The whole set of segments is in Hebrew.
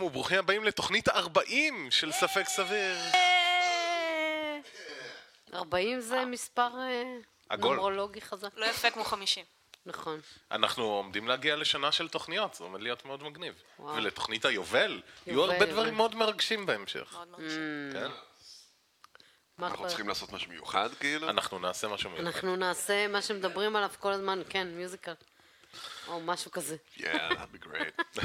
וברוכים הבאים לתוכנית 40 של ספק סביר. 40 זה מספר נומרולוגי חזק. לא יפה כמו 50. נכון. אנחנו עומדים להגיע לשנה של תוכניות, זה עומד להיות מאוד מגניב. וואו. ולתוכנית היובל, יהיו הרבה דברים מאוד מרגשים בהמשך. מאוד מרשים. כן? אנחנו צריכים לעשות משהו מיוחד, כאילו? אנחנו נעשה משהו מיוחד. אנחנו נעשה מה שמדברים עליו כל הזמן, כן, מיוזיקל. או משהו כזה. Yeah, that'd be great.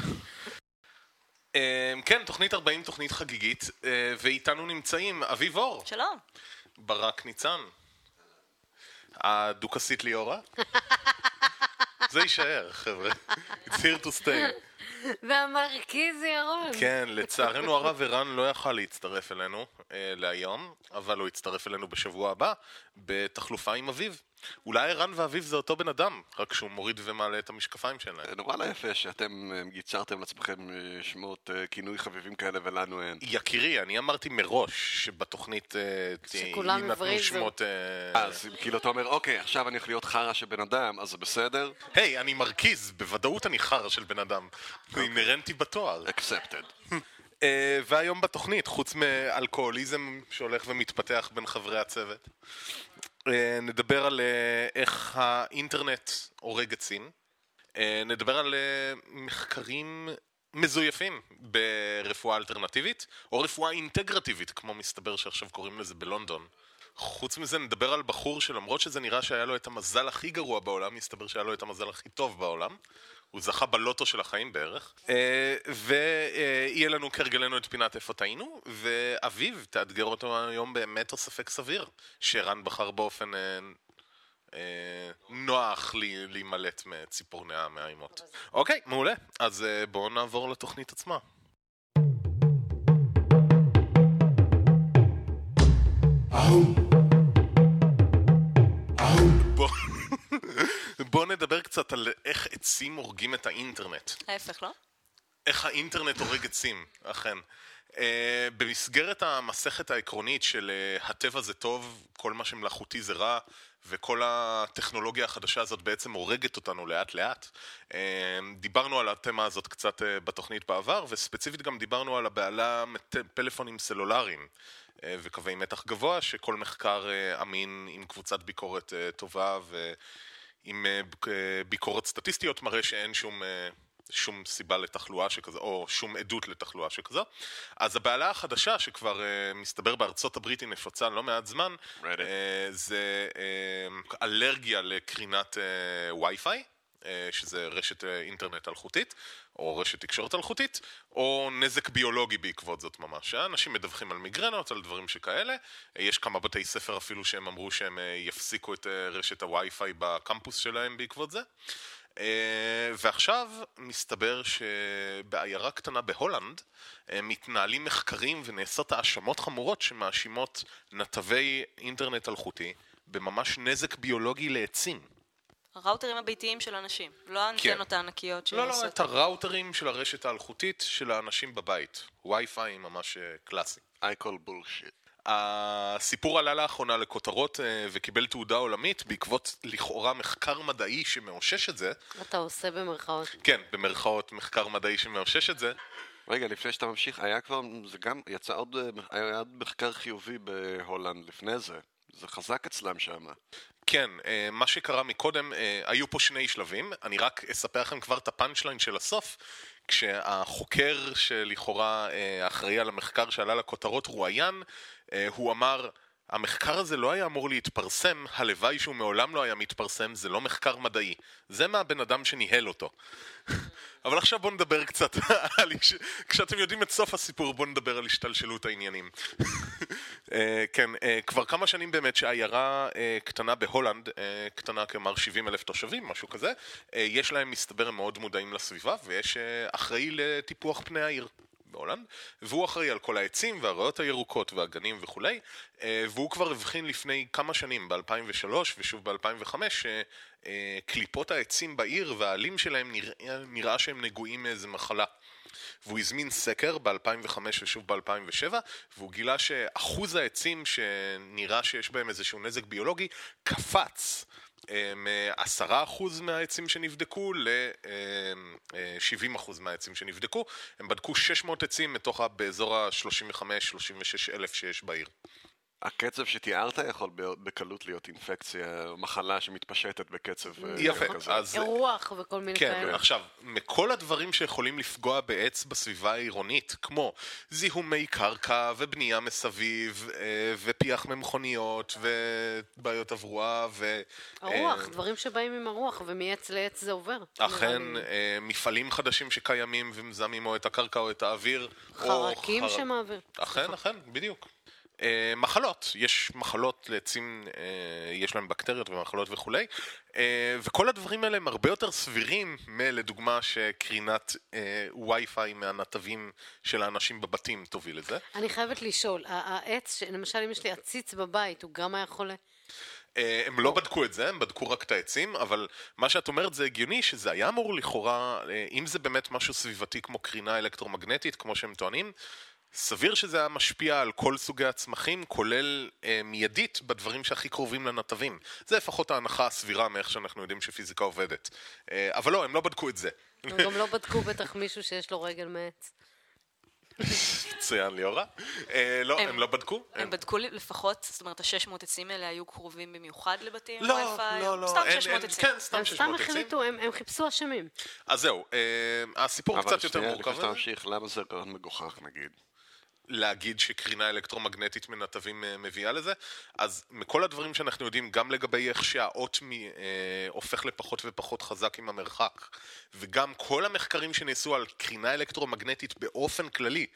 כן, תוכנית 40, תוכנית חגיגית, ואיתנו נמצאים אביב אור, שלום. ברק ניצן, הדוכסית ליאורה. זה יישאר, חבר'ה. It's here to stay. והמרכיז ירון. כן, לצערנו הרב ערן לא יכל להצטרף אלינו להיום, אבל הוא יצטרף אלינו בשבוע הבא, בתחלופה עם אביב. אולי ערן ואביב זה אותו בן אדם, רק שהוא מוריד ומעלה את המשקפיים שלהם. נורא לא יפה שאתם ייצרתם לעצמכם שמות כינוי חביבים כאלה ולנו אין. יקירי, אני אמרתי מראש שבתוכנית שכולם יינתנו הבריזו. שמות... אז כאילו אתה אומר, אוקיי, עכשיו אני הולך להיות חרא של בן אדם, אז זה בסדר? היי, אני מרכיז, בוודאות אני חרא של בן אדם. זה אינרנטי בתואר. accepted. והיום בתוכנית, חוץ מאלכוהוליזם שהולך ומתפתח בין חברי הצוות, נדבר על איך האינטרנט הורג עצים, נדבר על מחקרים מזויפים ברפואה אלטרנטיבית, או רפואה אינטגרטיבית, כמו מסתבר שעכשיו קוראים לזה בלונדון. חוץ מזה נדבר על בחור שלמרות שזה נראה שהיה לו את המזל הכי גרוע בעולם, מסתבר שהיה לו את המזל הכי טוב בעולם. הוא זכה בלוטו של החיים בערך. ויהיה לנו כרגלנו את פינת איפה טעינו, ואביב תאתגר אותו היום באמת או ספק סביר, שרן בחר באופן נוח להימלט מציפורני המאיימות. אוקיי, מעולה. אז בואו נעבור לתוכנית עצמה. בואו נדבר קצת על איך עצים הורגים את האינטרנט. ההפך, לא? איך האינטרנט הורג עצים, אכן. במסגרת המסכת העקרונית של הטבע זה טוב, כל מה שמלאכותי זה רע, וכל הטכנולוגיה החדשה הזאת בעצם הורגת אותנו לאט לאט. דיברנו על התמה הזאת קצת בתוכנית בעבר, וספציפית גם דיברנו על הבעלה פלאפונים סלולריים וקווי מתח גבוה, שכל מחקר אמין עם קבוצת ביקורת טובה ועם ביקורת סטטיסטיות מראה שאין שום סיבה לתחלואה שכזו, או שום עדות לתחלואה שכזו. אז הבעלה החדשה שכבר מסתבר בארצות הברית היא נפוצה לא מעט זמן, זה אלרגיה לקרינת וי-פיי, שזה רשת אינטרנט אלחוטית, או רשת תקשורת אלחוטית, או נזק ביולוגי בעקבות זאת ממש. אנשים מדווחים על מיגרנות, על דברים שכאלה. יש כמה בתי ספר אפילו שהם אמרו שהם יפסיקו את רשת הווי-פיי בקמפוס שלהם בעקבות זה. ועכשיו מסתבר שבעיירה קטנה בהולנד מתנהלים מחקרים ונעשות האשמות חמורות שמאשימות נתבי אינטרנט אלחוטי בממש נזק ביולוגי לעצים. הראוטרים הביתיים של אנשים, לא האנטנות הענקיות לא, לא, את הראוטרים של הרשת האלחוטית של האנשים בבית. וי-פיי ממש קלאסי. I call bullshit. הסיפור עלה לאחרונה לכותרות וקיבל תעודה עולמית בעקבות לכאורה מחקר מדעי שמאושש את זה. אתה עושה במרכאות. כן, במרכאות מחקר מדעי שמאושש את זה. רגע, לפני שאתה ממשיך, היה כבר, זה גם, יצא היה עוד מחקר חיובי בהולנד לפני זה. זה חזק אצלם שם. כן, מה שקרה מקודם, היו פה שני שלבים. אני רק אספר לכם כבר את הפאנצ'ליין של הסוף. כשהחוקר שלכאורה אחראי על המחקר שעלה לכותרות רואיין, הוא אמר, המחקר הזה לא היה אמור להתפרסם, הלוואי שהוא מעולם לא היה מתפרסם, זה לא מחקר מדעי. זה מהבן אדם שניהל אותו. אבל עכשיו בואו נדבר קצת, כשאתם יודעים את סוף הסיפור, בואו נדבר על השתלשלות העניינים. כן, כבר כמה שנים באמת שהעיירה קטנה בהולנד, קטנה כלומר 70,000 תושבים, משהו כזה, יש להם מסתבר הם מאוד מודעים לסביבה, ויש אחראי לטיפוח פני העיר. בהולנד, והוא אחראי על כל העצים והריאות הירוקות והגנים וכולי, והוא כבר הבחין לפני כמה שנים, ב-2003 ושוב ב-2005, שקליפות העצים בעיר והעלים שלהם נראה שהם נגועים מאיזה מחלה. והוא הזמין סקר ב-2005 ושוב ב-2007, והוא גילה שאחוז העצים שנראה שיש בהם איזשהו נזק ביולוגי קפץ מ10% מהעצים שנבדקו ל-70% מהעצים שנבדקו. הם בדקו 600 עצים מתוך באזור ה-35-36 אלף שיש בעיר. הקצב שתיארת יכול בקלות להיות אינפקציה, מחלה שמתפשטת בקצב יפה, כזה. אז... אירוח וכל מיני כן, כאלה. עכשיו, מכל הדברים שיכולים לפגוע בעץ בסביבה העירונית, כמו זיהומי קרקע ובנייה מסביב, ופיח ממכוניות, ובעיות תברואה, הרוח, דברים שבאים עם הרוח, ומעץ לעץ זה עובר. אכן, מפעלים חדשים שקיימים ומזהמים או את הקרקע או את האוויר. חרקים שמעביר. אכן, בדיוק. מחלות, יש מחלות לעצים, יש להם בקטריות ומחלות וכולי, וכל הדברים האלה הם הרבה יותר סבירים מלדוגמה שקרינת וי-פיי מהנתבים של האנשים בבתים תוביל לזה. אני חייבת לשאול, העץ, למשל אם יש לי עציץ בבית, הוא גם היה חולה? הם לא בדקו את זה, הם בדקו רק את העצים, אבל מה שאת אומרת זה הגיוני שזה היה אמור לכאורה, אם זה באמת משהו סביבתי כמו קרינה אלקטרומגנטית, כמו שהם טוענים, סביר שזה היה משפיע על כל סוגי הצמחים, כולל מיידית בדברים שהכי קרובים לנתבים. זה לפחות ההנחה הסבירה מאיך שאנחנו יודעים שפיזיקה עובדת. אבל לא, הם לא בדקו את זה. הם גם לא בדקו בטח מישהו שיש לו רגל מעץ. מצוין ליאורה. לא, הם לא בדקו. הם בדקו לפחות, זאת אומרת, ה-600 עצים האלה היו קרובים במיוחד לבתים? לא, לא. סתם 600 עצים. כן, סתם 600 הם עצים. סתם החליטו, הם חיפשו אשמים. אז זהו, הסיפור קצת יותר מורכב. אבל לפני שאתה ממשיך, למה זה רעיון מגוחך נגיד? להגיד שקרינה אלקטרומגנטית מנתבים מביאה לזה, אז מכל הדברים שאנחנו יודעים, גם לגבי איך שהאות הופך לפחות ופחות חזק עם המרחק, וגם כל המחקרים שנעשו על קרינה אלקטרומגנטית באופן כללי,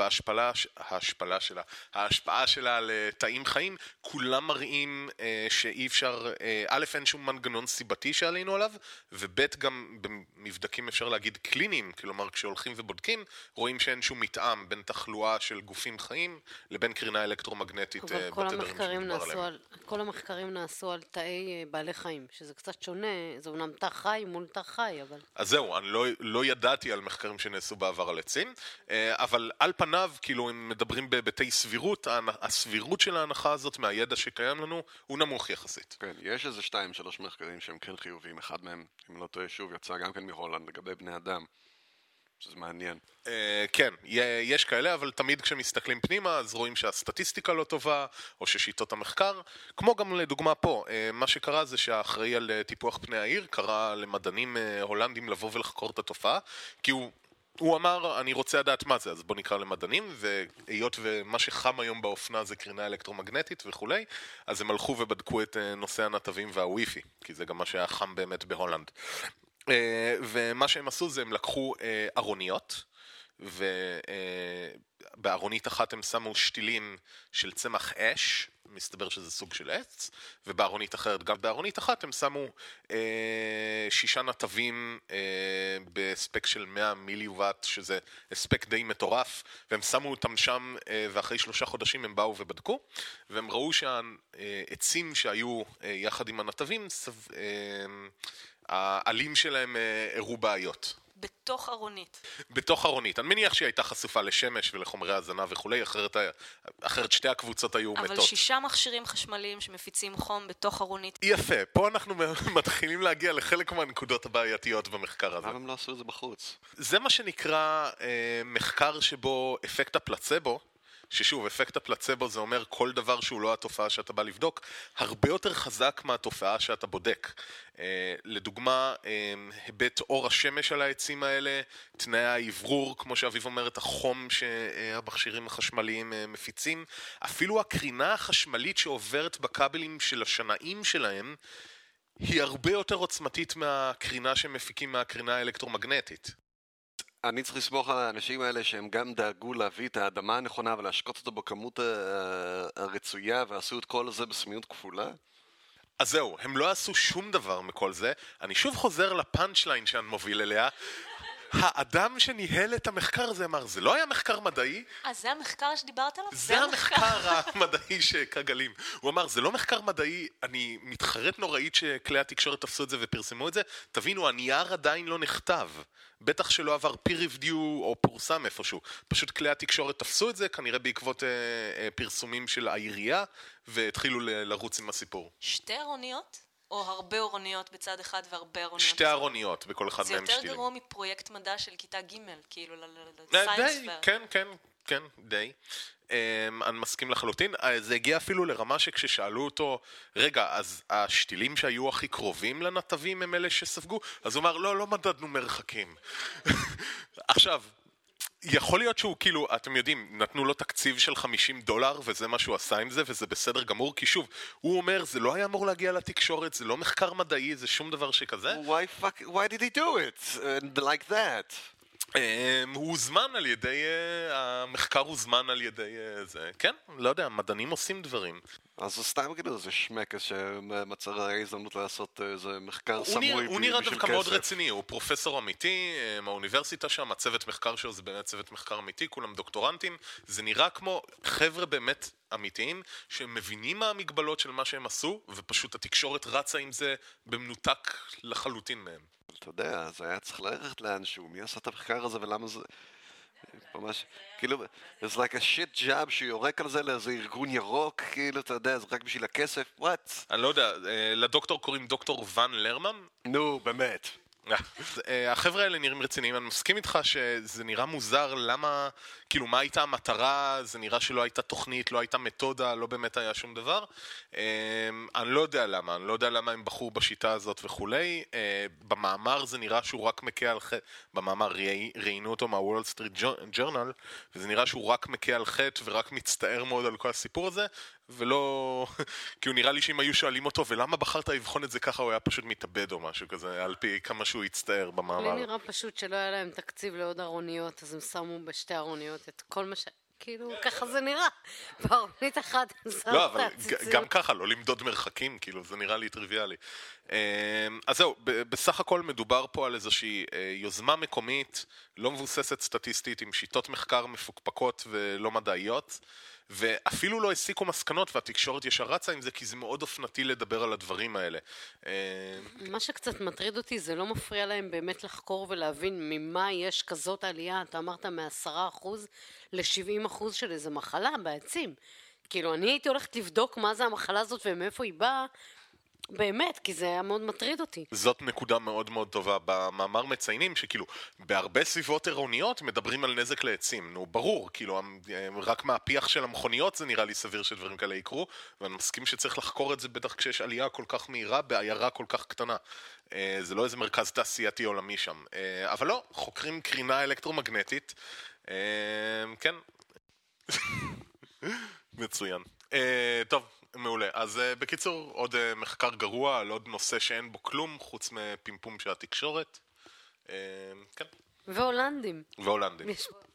ההשפעה שלה על תאים חיים, כולם מראים שאי אפשר, א', אין שום מנגנון סיבתי שעלינו עליו, וב', גם במבדקים אפשר להגיד קליניים, כלומר כשהולכים ובודקים, רואים שאין שום מתאם בין תחלואה של גופים חיים לבין קרינה אלקטרומגנטית בתדרים שמדובר עליהם. כל המחקרים נעשו על תאי בעלי חיים, שזה קצת שונה, זה אומנם תא חי מול תא חי, אבל... אז זהו, אני לא ידעתי על מחקרים שנעשו בעבר על עצים, אבל על פניו, כאילו, אם מדברים בהיבטי סבירות, הסבירות של ההנחה הזאת מהידע שקיים לנו, הוא נמוך יחסית. כן, יש איזה 2-3 מחקרים שהם כן חיוביים, אחד מהם, אם לא טועה שוב, יצא גם כן מהולנד לגבי בני אדם. שזה מעניין. כן, יש כאלה, אבל תמיד כשמסתכלים פנימה, אז רואים שהסטטיסטיקה לא טובה, או ששיטות המחקר, כמו גם לדוגמה פה, מה שקרה זה שהאחראי על טיפוח פני העיר, קרא למדענים הולנדים לבוא ולחקור את התופעה, כי הוא אמר, אני רוצה לדעת מה זה, אז בוא נקרא למדענים, והיות ומה שחם היום באופנה זה קרינה אלקטרומגנטית וכולי, אז הם הלכו ובדקו את נושא הנתבים והוויפי, כי זה גם מה שהיה חם באמת בהולנד. ומה שהם עשו זה הם לקחו ארוניות, ובארונית אחת הם שמו שתילים של צמח אש, מסתבר שזה סוג של עץ, ובארונית אחרת, גם בארונית אחת הם שמו 6 נתבים בספק של 100 מיליוואט, שזה הספק די מטורף, והם שמו אותם שם, ואחרי 3 חודשים הם באו ובדקו, והם ראו שהעצים שהיו יחד עם הנתבים, העלים שלהם הראו בעיות. בתוך ארונית. בתוך ארונית. אני מניח שהיא הייתה חשופה לשמש ולחומרי הזנה וכולי, אחרת שתי הקבוצות היו מתות. אבל 6 מכשירים חשמליים שמפיצים חום בתוך ארונית. יפה, פה אנחנו מתחילים להגיע לחלק מהנקודות הבעייתיות במחקר הזה. למה הם לא עשו את זה בחוץ? זה מה שנקרא מחקר שבו אפקט הפלצבו, ששוב, אפקט הפלצבו זה אומר כל דבר שהוא לא התופעה שאתה בא לבדוק, הרבה יותר חזק מהתופעה שאתה בודק. לדוגמה, היבט אור השמש על העצים האלה, תנאי האוורור, כמו שאביב אומרת, החום שהמכשירים החשמליים מפיצים, אפילו הקרינה החשמלית שעוברת בכבלים של השנאים שלהם, היא הרבה יותר עוצמתית מהקרינה שמפיקים מהקרינה האלקטרומגנטית. אני צריך לסמוך על האנשים האלה שהם גם דאגו להביא את האדמה הנכונה ולהשקות אותו בכמות הרצויה ועשו את כל זה בסמיות כפולה? אז זהו, הם לא עשו שום דבר מכל זה. אני שוב חוזר לפאנץ' ליין שאני מוביל אליה. האדם שניהל את המחקר הזה אמר, זה לא היה מחקר מדעי. זה המחקר שדיברת עליו? זה המחקר המדעי שכגלים. הוא אמר, זה לא מחקר מדעי, אני מתחרט נוראית שכלי התקשורת תפסו את זה ופרסמו את זה. תבינו, הנייר עדיין לא נכתב. בטח שלא עבר peer review או פורסם איפשהו. פשוט כלי התקשורת תפסו את זה, כנראה בעקבות פרסומים של העירייה, והתחילו לרוץ עם הסיפור. 2 ארוניות? או הרבה אורניות בצד אחד והרבה אורניות. שתי אורניות, בכל אחד מהם זה שתילים. יותר גרוע מפרויקט מדע של כיתה ג', כאילו, לסיינס די, כן, די. אני מסכים לחלוטין. זה הגיע אפילו לרמה שכששאלו אותו, רגע, אז השתילים שהיו הכי קרובים לנתבים הם אלה שספגו? אז הוא אמר, לא מדדנו מרחקים. עכשיו, יכול להיות שהוא כאילו, אתם יודעים, נתנו לו תקציב של $50 וזה מה שהוא עשה עם זה, וזה בסדר גמור, כי שוב, הוא אומר, זה לא היה אמור להגיע לתקשורת, זה לא מחקר מדעי, זה שום דבר שכזה. Why did he do it like that? הוא הוזמן על ידי, המחקר הוזמן על ידי זה, כן, לא יודע, מדענים עושים דברים. אז זה סתם כאילו איזה שמקס שמצא הזדמנות לעשות איזה מחקר סמוי בשביל כסף. הוא נראה דווקא מאוד רציני, הוא פרופסור אמיתי מהאוניברסיטה שם, הצוות מחקר שלו זה באמת צוות מחקר אמיתי, כולם דוקטורנטים, זה נראה כמו חבר'ה באמת אמיתיים שמבינים מה המגבלות של מה שהם עשו, ופשוט התקשורת רצה עם זה במנותק לחלוטין מהם. אתה יודע, זה היה צריך ללכת לאנשהו, מי עשה את המחקר הזה ולמה זה... ממש, כאילו, it's like a shit job שיורק על זה לאיזה ארגון ירוק, כאילו, אתה יודע, זה רק בשביל הכסף, what? אני לא יודע, לדוקטור קוראים דוקטור ון לרמן? נו, באמת. החבר'ה האלה נראים רציניים, אני מסכים איתך שזה נראה מוזר, למה, כאילו מה הייתה המטרה, זה נראה שלא הייתה תוכנית, לא הייתה מתודה, לא באמת היה שום דבר. אני לא יודע למה הם בחרו בשיטה הזאת וכולי. במאמר זה נראה שהוא רק מקה על חטא, במאמר ראיינו אותו מהוול סטריט ג'ורנל, וזה נראה שהוא רק מקה על חטא ורק מצטער מאוד על כל הסיפור הזה, ולא, כאילו נראה לי שאם היו שואלים אותו, ולמה בחרת לבחון את זה ככה, הוא היה פשוט מתאבד או משהו כזה, על פי כמה שהוא הצטער במאמר. לי נראה פשוט שלא היה להם תקציב לעוד ארוניות, אז הם שמו בשתי ארוניות את כל מה כאילו, ככה זה נראה. בארונית אחת הם שמו לא, את אבל הציציות. גם ככה, לא למדוד מרחקים, כאילו, זה נראה לי טריוויאלי. אז זהו, בסך הכל מדובר פה על איזושהי יוזמה מקומית, לא מבוססת סטטיסטית, עם שיטות מחקר מפוקפקות ולא מדעיות, ואפילו לא הסיקו מסקנות, והתקשורת ישר רצה עם זה, כי זה מאוד אופנתי לדבר על הדברים האלה. מה שקצת מטריד אותי, זה לא מפריע להם באמת לחקור ולהבין ממה יש כזאת עלייה, אתה אמרת מ10% ל70% של איזה מחלה בעצים. כאילו, אני הייתי הולכת לבדוק מה זה המחלה הזאת ומאיפה היא באה, באמת, כי זה היה מאוד מטריד אותי. זאת נקודה מאוד מאוד טובה. במאמר מציינים שכאילו בהרבה סביבות עירוניות מדברים על נזק לעצים. נו, ברור, כאילו רק מהפיח של המכוניות זה נראה לי סביר שדברים כאלה יקרו, ואני מסכים שצריך לחקור את זה בטח כשיש עלייה כל כך מהירה בעיירה כל כך קטנה. זה לא איזה מרכז תעשייתי עולמי שם. אבל לא, חוקרים קרינה אלקטרומגנטית. כן. מצוין. טוב. מעולה. אז בקיצור, עוד מחקר גרוע על עוד נושא שאין בו כלום, חוץ מפימפום של התקשורת. כן. והולנדים. והולנדים.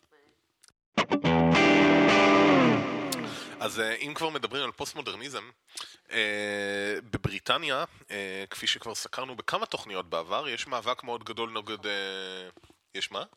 אז אם כבר מדברים על פוסט-מודרניזם, בבריטניה, כפי שכבר סקרנו בכמה תוכניות בעבר, יש מאבק מאוד גדול נגד... יש מה?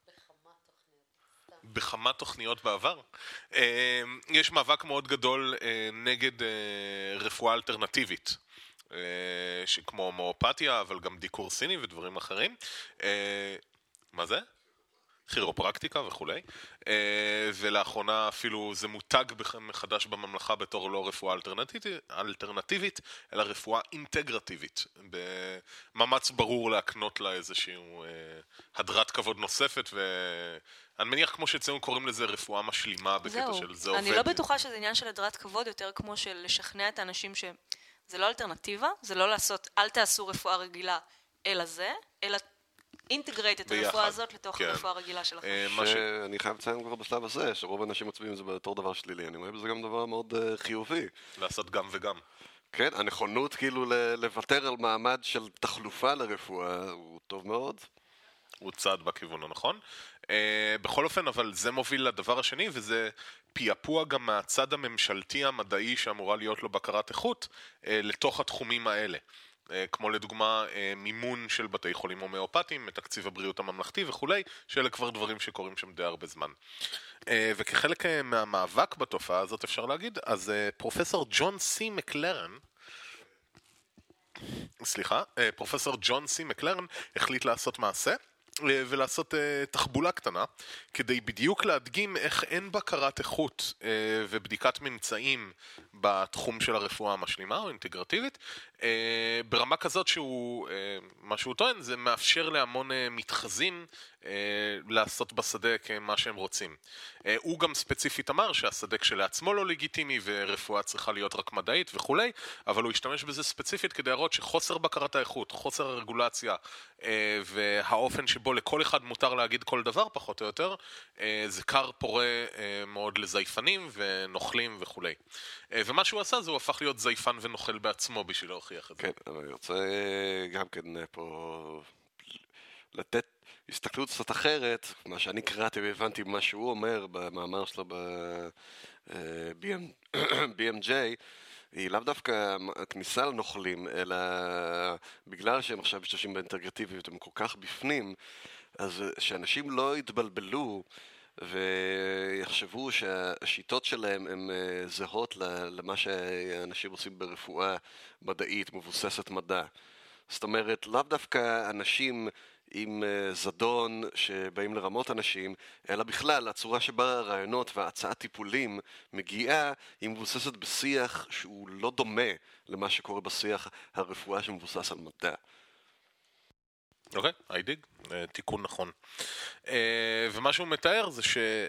בכמה תוכניות בעבר. יש מאבק מאוד גדול נגד רפואה אלטרנטיבית, כמו הומאופתיה, אבל גם דיקור סיני ודברים אחרים. מה זה? כירופרקטיקה וכולי. ולאחרונה אפילו זה מותג מחדש בממלכה בתור לא רפואה אלטרנטיבית, אלא רפואה אינטגרטיבית. במאמץ ברור להקנות לה איזשהו הדרת כבוד נוספת, ואני מניח כמו שאצלנו קוראים לזה רפואה משלימה בקטע של זה עובד. אני לא בטוחה שזה עניין של הדרת כבוד, יותר כמו של לשכנע את האנשים שזה לא אלטרנטיבה, זה לא לעשות, אל תעשו רפואה רגילה אלא זה, אלא אינטגרייט את הרפואה הזאת לתוך הרפואה הרגילה שלכם. שאני חייב לציין כבר בשלב הזה, שרוב האנשים מצביעים את זה בתור דבר שלילי. אני רואה בזה גם דבר מאוד חיובי. לעשות גם וגם. כן, הנכונות כאילו לוותר על מעמד של תחלופה לרפואה הוא טוב מאוד. הוא צעד בכיוון הנכון. בכל אופן, אבל זה מוביל לדבר השני, וזה פיאפוע גם מהצד הממשלתי המדעי שאמורה להיות לו בקרת איכות, לתוך התחומים האלה. כמו לדוגמה מימון של בתי חולים הומאופטיים, מתקציב הבריאות הממלכתי וכולי, שאלה כבר דברים שקורים שם די הרבה זמן. וכחלק מהמאבק בתופעה הזאת אפשר להגיד, אז פרופסור ג'ון סי מקלרן, פרופסור ג'ון סי מקלרן החליט לעשות מעשה, ולעשות תחבולה קטנה, כדי בדיוק להדגים איך אין בקרת איכות ובדיקת ממצאים בתחום של הרפואה המשלימה או אינטגרטיבית, ברמה כזאת שהוא, מה שהוא טוען, זה מאפשר להמון מתחזים לעשות בשדה כמה שהם רוצים. הוא גם ספציפית אמר שהשדה כשלעצמו לא לגיטימי ורפואה צריכה להיות רק מדעית וכולי, אבל הוא השתמש בזה ספציפית כדי להראות שחוסר בקרת האיכות, חוסר הרגולציה והאופן שבו לכל אחד מותר להגיד כל דבר פחות או יותר, זה קר פורה מאוד לזייפנים ונוכלים וכולי. ומה שהוא עשה זה הוא הפך להיות זייפן ונוכל בעצמו בשביל להוכיח את זה. כן, אבל אני רוצה גם כן פה לתת הסתכלות קצת אחרת, מה שאני קראתי והבנתי מה שהוא אומר במאמר שלו ב-BMJ, היא לאו דווקא הכניסה לנוכלים, אלא בגלל שהם עכשיו משתמשים באינטגרטיביות, הם כל כך בפנים, אז שאנשים לא יתבלבלו ויחשבו שהשיטות שלהם הן זהות למה שאנשים עושים ברפואה מדעית, מבוססת מדע. זאת אומרת, לאו דווקא אנשים עם זדון שבאים לרמות אנשים, אלא בכלל הצורה שבה הרעיונות והצעת טיפולים מגיעה היא מבוססת בשיח שהוא לא דומה למה שקורה בשיח הרפואה שמבוסס על מדע. אוקיי, היידיג, תיקון נכון. ומה שהוא מתאר זה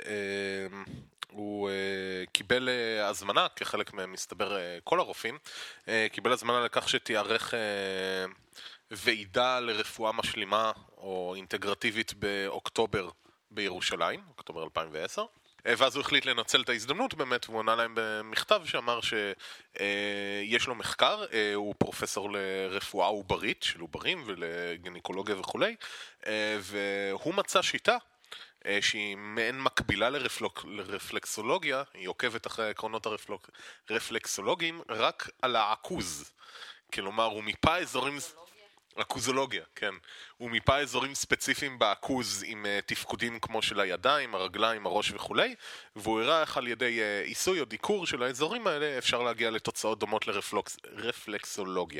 שהוא קיבל הזמנה, כחלק מסתבר כל הרופאים, קיבל הזמנה לכך שתיערך ועידה לרפואה משלימה או אינטגרטיבית באוקטובר בירושלים, אוקטובר 2010. ואז הוא החליט לנצל את ההזדמנות באמת, והוא עונה להם במכתב שאמר שיש לו מחקר, הוא פרופסור לרפואה עוברית של עוברים ולגניקולוגיה וכולי, והוא מצא שיטה שהיא מעין מקבילה לרפלקסולוגיה, היא עוקבת אחרי העקרונות הרפלקסולוגיים רק על העכוז. כלומר, הוא מיפה אזורים... אקוזולוגיה, כן. הוא מיפה אזורים ספציפיים בעכוז עם תפקודים כמו של הידיים, הרגליים, הראש וכולי, והוא הראה איך על ידי עיסוי או דיקור של האזורים האלה אפשר להגיע לתוצאות דומות לרפלקסולוגיה.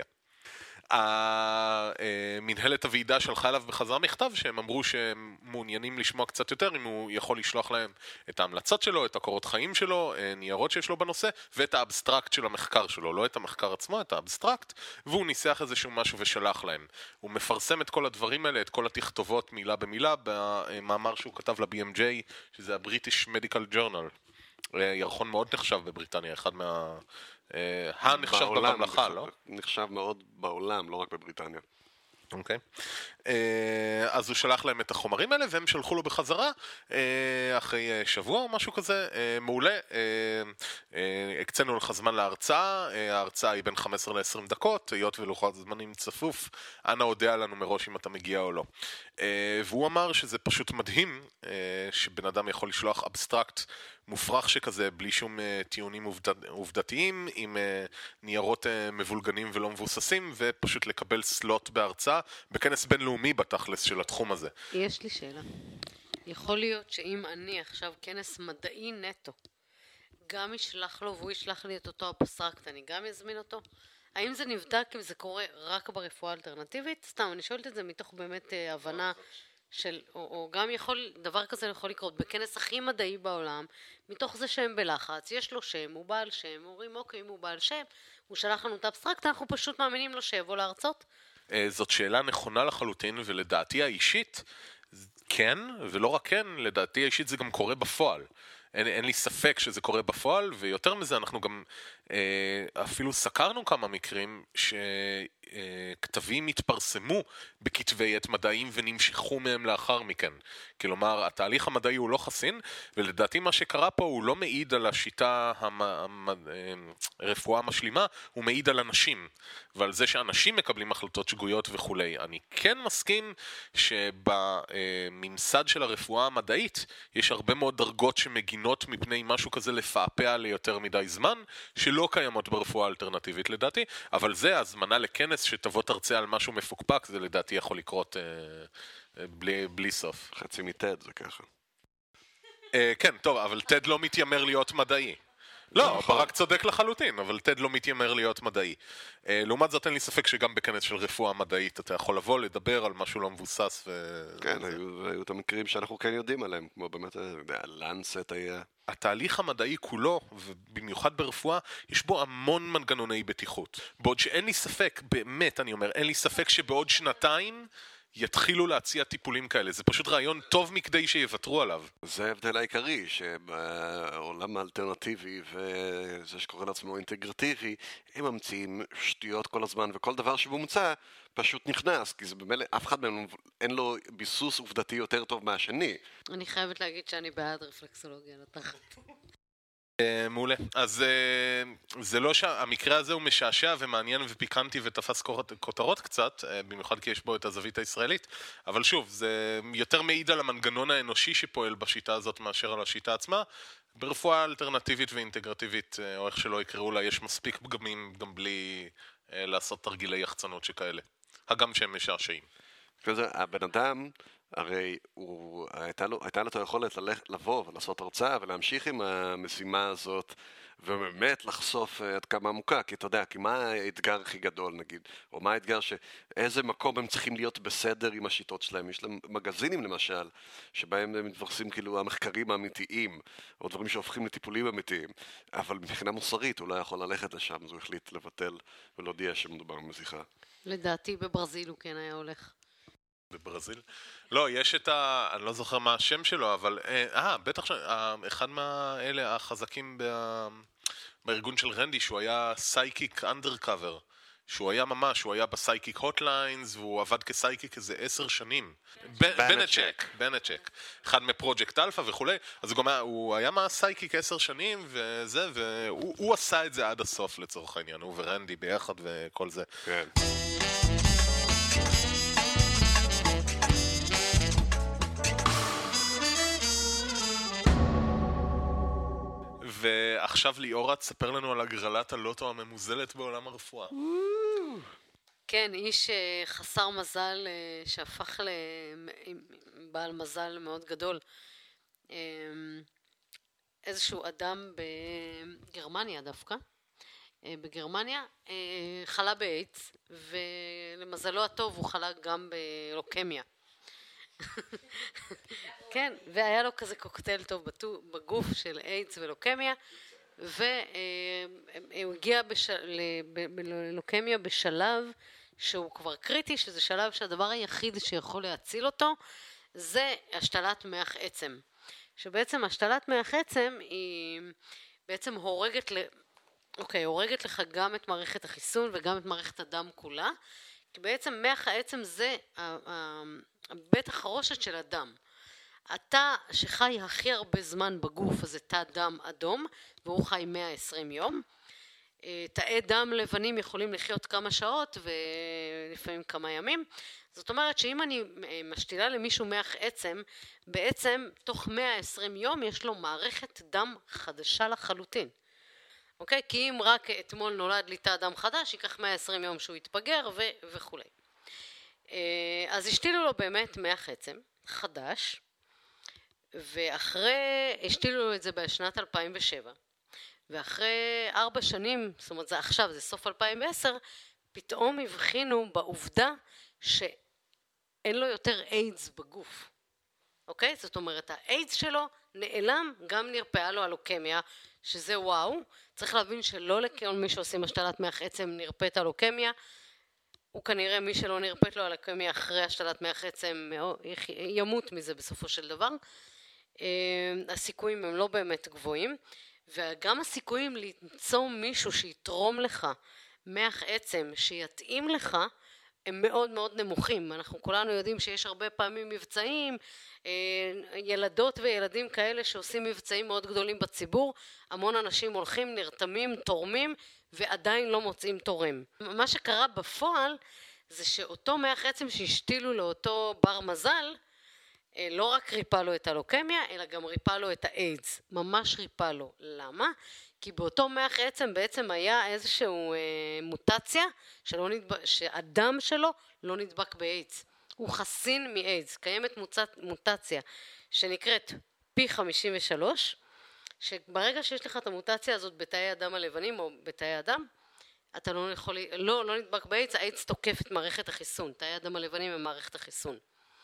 המנהלת הוועידה שלחה אליו בחזרה מכתב שהם אמרו שהם מעוניינים לשמוע קצת יותר אם הוא יכול לשלוח להם את ההמלצות שלו, את הקורות חיים שלו, ניירות שיש לו בנושא ואת האבסטרקט של המחקר שלו, לא את המחקר עצמו, את האבסטרקט, והוא ניסח איזשהו משהו ושלח להם. הוא מפרסם את כל הדברים האלה, את כל התכתובות מילה במילה במאמר שהוא כתב ל-BMJ, שזה ה-British Medical Journal, ירחון מאוד נחשב בבריטניה, אחד נחשב בממלכה, לא? נחשב מאוד בעולם, לא רק בבריטניה. אוקיי. אז הוא שלח להם את החומרים האלה, והם שלחו לו בחזרה, אחרי שבוע או משהו כזה, מעולה. הקצנו לך זמן להרצאה, ההרצאה היא בין 15 ל-20 דקות, היות ולוחות זמנים צפוף, אנא הודע לנו מראש אם אתה מגיע או לא. והוא אמר שזה פשוט מדהים, שבן אדם יכול לשלוח אבסטרקט מופרך שכזה, בלי שום טיעונים עובדתיים, עם ניירות מבולגנים ולא מבוססים, ופשוט לקבל סלוט בהרצאה, בכנס בינלאומי בתכלס של התחום הזה. יש לי שאלה. יכול להיות שאם אני עכשיו כנס מדעי נטו, גם ישלח לו והוא ישלח לי את אותו אבסטרקט, אני גם אזמין אותו? האם זה נבדק אם זה קורה רק ברפואה אלטרנטיבית? סתם, אני שואלת את זה מתוך באמת הבנה של, או גם יכול, דבר כזה יכול לקרות בכנס הכי מדעי בעולם, מתוך זה שהם בלחץ, יש לו שם, הוא בעל שם, אומרים אוקיי, אם הוא בעל שם, הוא שלח לנו את האבסטרקט, אנחנו פשוט מאמינים לו שיבוא להרצות? זאת שאלה נכונה לחלוטין, ולדעתי האישית, כן, ולא רק כן, לדעתי האישית זה גם קורה בפועל. אין לי ספק שזה קורה בפועל, ויותר מזה אנחנו גם אפילו סקרנו כמה מקרים שכתבים התפרסמו בכתבי עת מדעיים ונמשכו מהם לאחר מכן. כלומר, התהליך המדעי הוא לא חסין, ולדעתי מה שקרה פה הוא לא מעיד על השיטה הרפואה המשלימה, הוא מעיד על אנשים, ועל זה שאנשים מקבלים החלטות שגויות וכולי. אני כן מסכים שבממסד של הרפואה המדעית יש הרבה מאוד דרגות שמגינות מפני משהו כזה לפעפע ליותר מדי זמן, שלא קיימות ברפואה האלטרנטיבית לדעתי, אבל זה הזמנה לכנס שתבוא תרצה על משהו מפוקפק, זה לדעתי יכול לקרות בלי סוף. חצי מטד זה ככה. כן, טוב, אבל טד לא מתיימר להיות מדעי. לא, ברק צודק לחלוטין, אבל טד לא מתיימר להיות מדעי. לעומת זאת אין לי ספק שגם בכנס של רפואה מדעית אתה יכול לבוא, לדבר על משהו לא מבוסס כן, היו את המקרים שאנחנו כן יודעים עליהם, כמו באמת, הלנסט היה... התהליך המדעי כולו, ובמיוחד ברפואה, יש בו המון מנגנוני בטיחות. בעוד שאין לי ספק, באמת אני אומר, אין לי ספק שבעוד שנתיים יתחילו להציע טיפולים כאלה. זה פשוט רעיון טוב מכדי שיוותרו עליו. זה ההבדל העיקרי, שבעולם האלטרנטיבי וזה שקורא לעצמו אינטגרטיבי, הם ממציאים שטויות כל הזמן, וכל דבר שהוא מומצא פשוט נכנס, כי זה במילא, אף אחד מהם אין לו ביסוס עובדתי יותר טוב מהשני. אני חייבת להגיד שאני בעד רפלקסולוגיה לתחת. מעולה. אז זה לא שהמקרה הזה הוא משעשע ומעניין ופיקנטי ותפס כותרות קצת, במיוחד כי יש בו את הזווית הישראלית, אבל שוב, זה יותר מעיד על המנגנון האנושי שפועל בשיטה הזאת מאשר על השיטה עצמה. ברפואה אלטרנטיבית ואינטגרטיבית, או איך שלא יקראו לה, יש מספיק פגמים גם בלי לעשות תרגילי יחצנות שכאלה. הגם שהם משעשעים. הבן אדם, הרי הייתה לו את היכולת לבוא ולעשות הרצאה ולהמשיך עם המשימה הזאת ובאמת לחשוף עד כמה עמוקה, כי אתה יודע, כי מה האתגר הכי גדול נגיד, או מה האתגר איזה מקום הם צריכים להיות בסדר עם השיטות שלהם. יש להם מגזינים למשל, שבהם הם מתפרסים כאילו המחקרים האמיתיים, או דברים שהופכים לטיפולים אמיתיים, אבל מבחינה מוסרית הוא לא יכול ללכת לשם, אז הוא החליט לבטל ולהודיע שמדובר במזיחה. לדעתי בברזיל הוא כן היה הולך. בברזיל? לא, יש אני לא זוכר מה השם שלו, אבל בטח אחד מהאלה החזקים בארגון של רנדי, שהוא היה סייקיק אנדרקאבר, שהוא היה ממש, הוא היה בסייקיק הוטליינס, והוא עבד כסייקיק איזה 10 שנים. בנצ'ק, אחד מפרויקט אלפא וכולי, אז הוא היה מהסייקיק 10 שנים, והוא עשה את זה עד הסוף לצורך העניין, הוא ורנדי ביחד וכל זה. כן. ועכשיו ליאורה, תספר לנו על הגרלת הלוטו הממוזלת בעולם הרפואה. כן, איש חסר מזל שהפך לבעל מזל מאוד גדול. איזשהו אדם בגרמניה דווקא, בגרמניה, חלה באיידס, ולמזלו הטוב הוא חלה גם בלוקמיה. כן, והיה לו כזה קוקטייל טוב בגוף של איידס ולוקמיה, והוא הגיע ללוקמיה בשלב שהוא כבר קריטי, שזה שלב שהדבר היחיד שיכול להציל אותו זה השתלת מח עצם. שבעצם השתלת מח עצם היא בעצם הורגת לך גם את מערכת החיסון וגם את מערכת הדם כולה, כי בעצם מח העצם זה בית החרושת של הדם. התא שחי הכי הרבה זמן בגוף הזה תא דם אדום, והוא חי 120 יום. תאי דם לבנים יכולים לחיות כמה שעות ולפעמים כמה ימים. זאת אומרת שאם אני משתילה למישהו מח עצם, בעצם תוך 120 יום יש לו מערכת דם חדשה לחלוטין. אוקיי? כי אם רק אתמול נולד לי תא דם חדש, ייקח 120 יום שהוא יתבגר וכו'. אז השתילו לו באמת מח עצם חדש, השתילו לו את זה בשנת 2007, ואחרי 4 שנים, זאת אומרת זה עכשיו, זה סוף 2010, פתאום הבחינו בעובדה שאין לו יותר איידס בגוף. אוקיי? זאת אומרת, האיידס שלו נעלם, גם נרפאה לו הלוקמיה, שזה וואו. צריך להבין שלא לכל מי שעושים השתלת מח עצם נרפאת הלוקמיה, הוא כנראה מי שלא נרפאת לו הלוקמיה אחרי השתלת מח עצם ימות מזה בסופו של דבר. הסיכויים הם לא באמת גבוהים, וגם הסיכויים למצוא מישהו שיתרום לך מח עצם שיתאים לך הם מאוד מאוד נמוכים. אנחנו כולנו יודעים שיש הרבה פעמים מבצעים, ילדות וילדים כאלה שעושים מבצעים מאוד גדולים בציבור, המון אנשים הולכים, נרתמים, תורמים ועדיין לא מוצאים תורם. מה שקרה בפועל זה שאותו מח עצם שהשתילו לאותו בר מזל, לא רק ריפא לו את הלוקמיה, אלא גם ריפא לו את האיידס. ממש ריפא לו. למה? כי באותו מח עצם בעצם היה איזשהו מוטציה שהדם שלו לא נדבק באיידס. הוא חסין מאיידס. קיימת מוטציה שנקראת P53, שברגע שיש לך את המוטציה הזאת בתאי הדם הלבנים או בתאי הדם, אתה לא יכול, לא נדבק באיידס, האיידס תוקף את מערכת החיסון, תאי הדם הלבנים הם מערכת החיסון.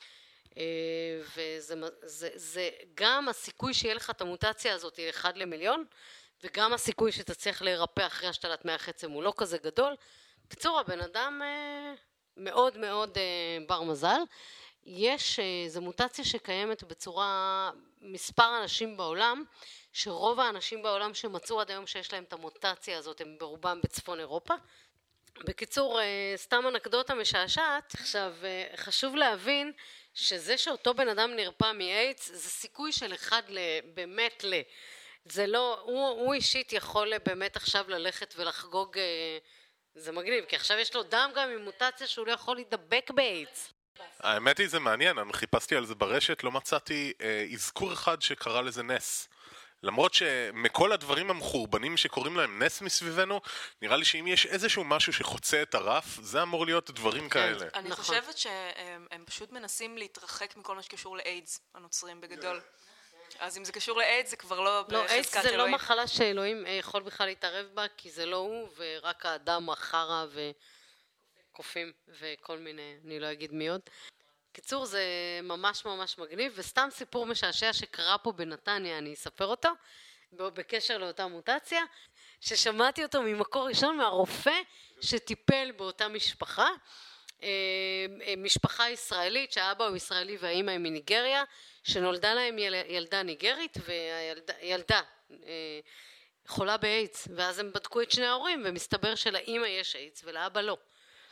וזה גם הסיכוי שיהיה לך את המוטציה הזאת היא 1 למיליון, וגם הסיכוי שתצליח להירפא אחרי השתלת מח עצם הוא לא כזה גדול. בקיצור, הבן אדם מאוד מאוד בר מזל. זו מוטציה שקיימת בצורה, מספר אנשים בעולם, שרוב האנשים בעולם שמצאו עד היום שיש להם את המוטציה הזאת הם ברובם בצפון אירופה. בקיצור, סתם אנקדוטה משעשעת. עכשיו, חשוב להבין שזה שאותו בן אדם נרפא מאיידס זה סיכוי של 1 באמת זה לא, הוא אישית יכול באמת עכשיו ללכת ולחגוג, זה מגניב, כי עכשיו יש לו דם גם עם מוטציה שהוא לא יכול להידבק באיידס. האמת היא זה מעניין, אני חיפשתי על זה ברשת, לא מצאתי אזכור אחד שקרא לזה נס. למרות שמכל הדברים המחורבנים שקוראים להם נס מסביבנו, נראה לי שאם יש איזשהו משהו שחוצה את הרף, זה אמור להיות דברים כאלה. אני חושבת שהם פשוט מנסים להתרחק מכל מה שקשור לאיידס, הנוצרים בגדול. אז אם זה קשור לאיידס זה כבר לא בחזקת אלוהים. לא, איידס זה לא מחלה שאלוהים יכול בכלל להתערב בה, כי זה לא הוא, ורק האדם החרה וקופים וכל מיני, אני לא אגיד מי עוד. קיצור, זה ממש ממש מגניב, וסתם סיפור משעשע שקרה פה בנתניה, אני אספר אותו, בקשר לאותה מוטציה, ששמעתי אותו ממקור ראשון מהרופא שטיפל באותה משפחה, משפחה ישראלית, שהאבא הוא ישראלי והאימא היא מניגריה, שנולדה להם ילדה ניגרית, והילדה חולה באיידס, ואז הם בדקו את שני ההורים, ומסתבר שלאימא יש איידס ולאבא לא.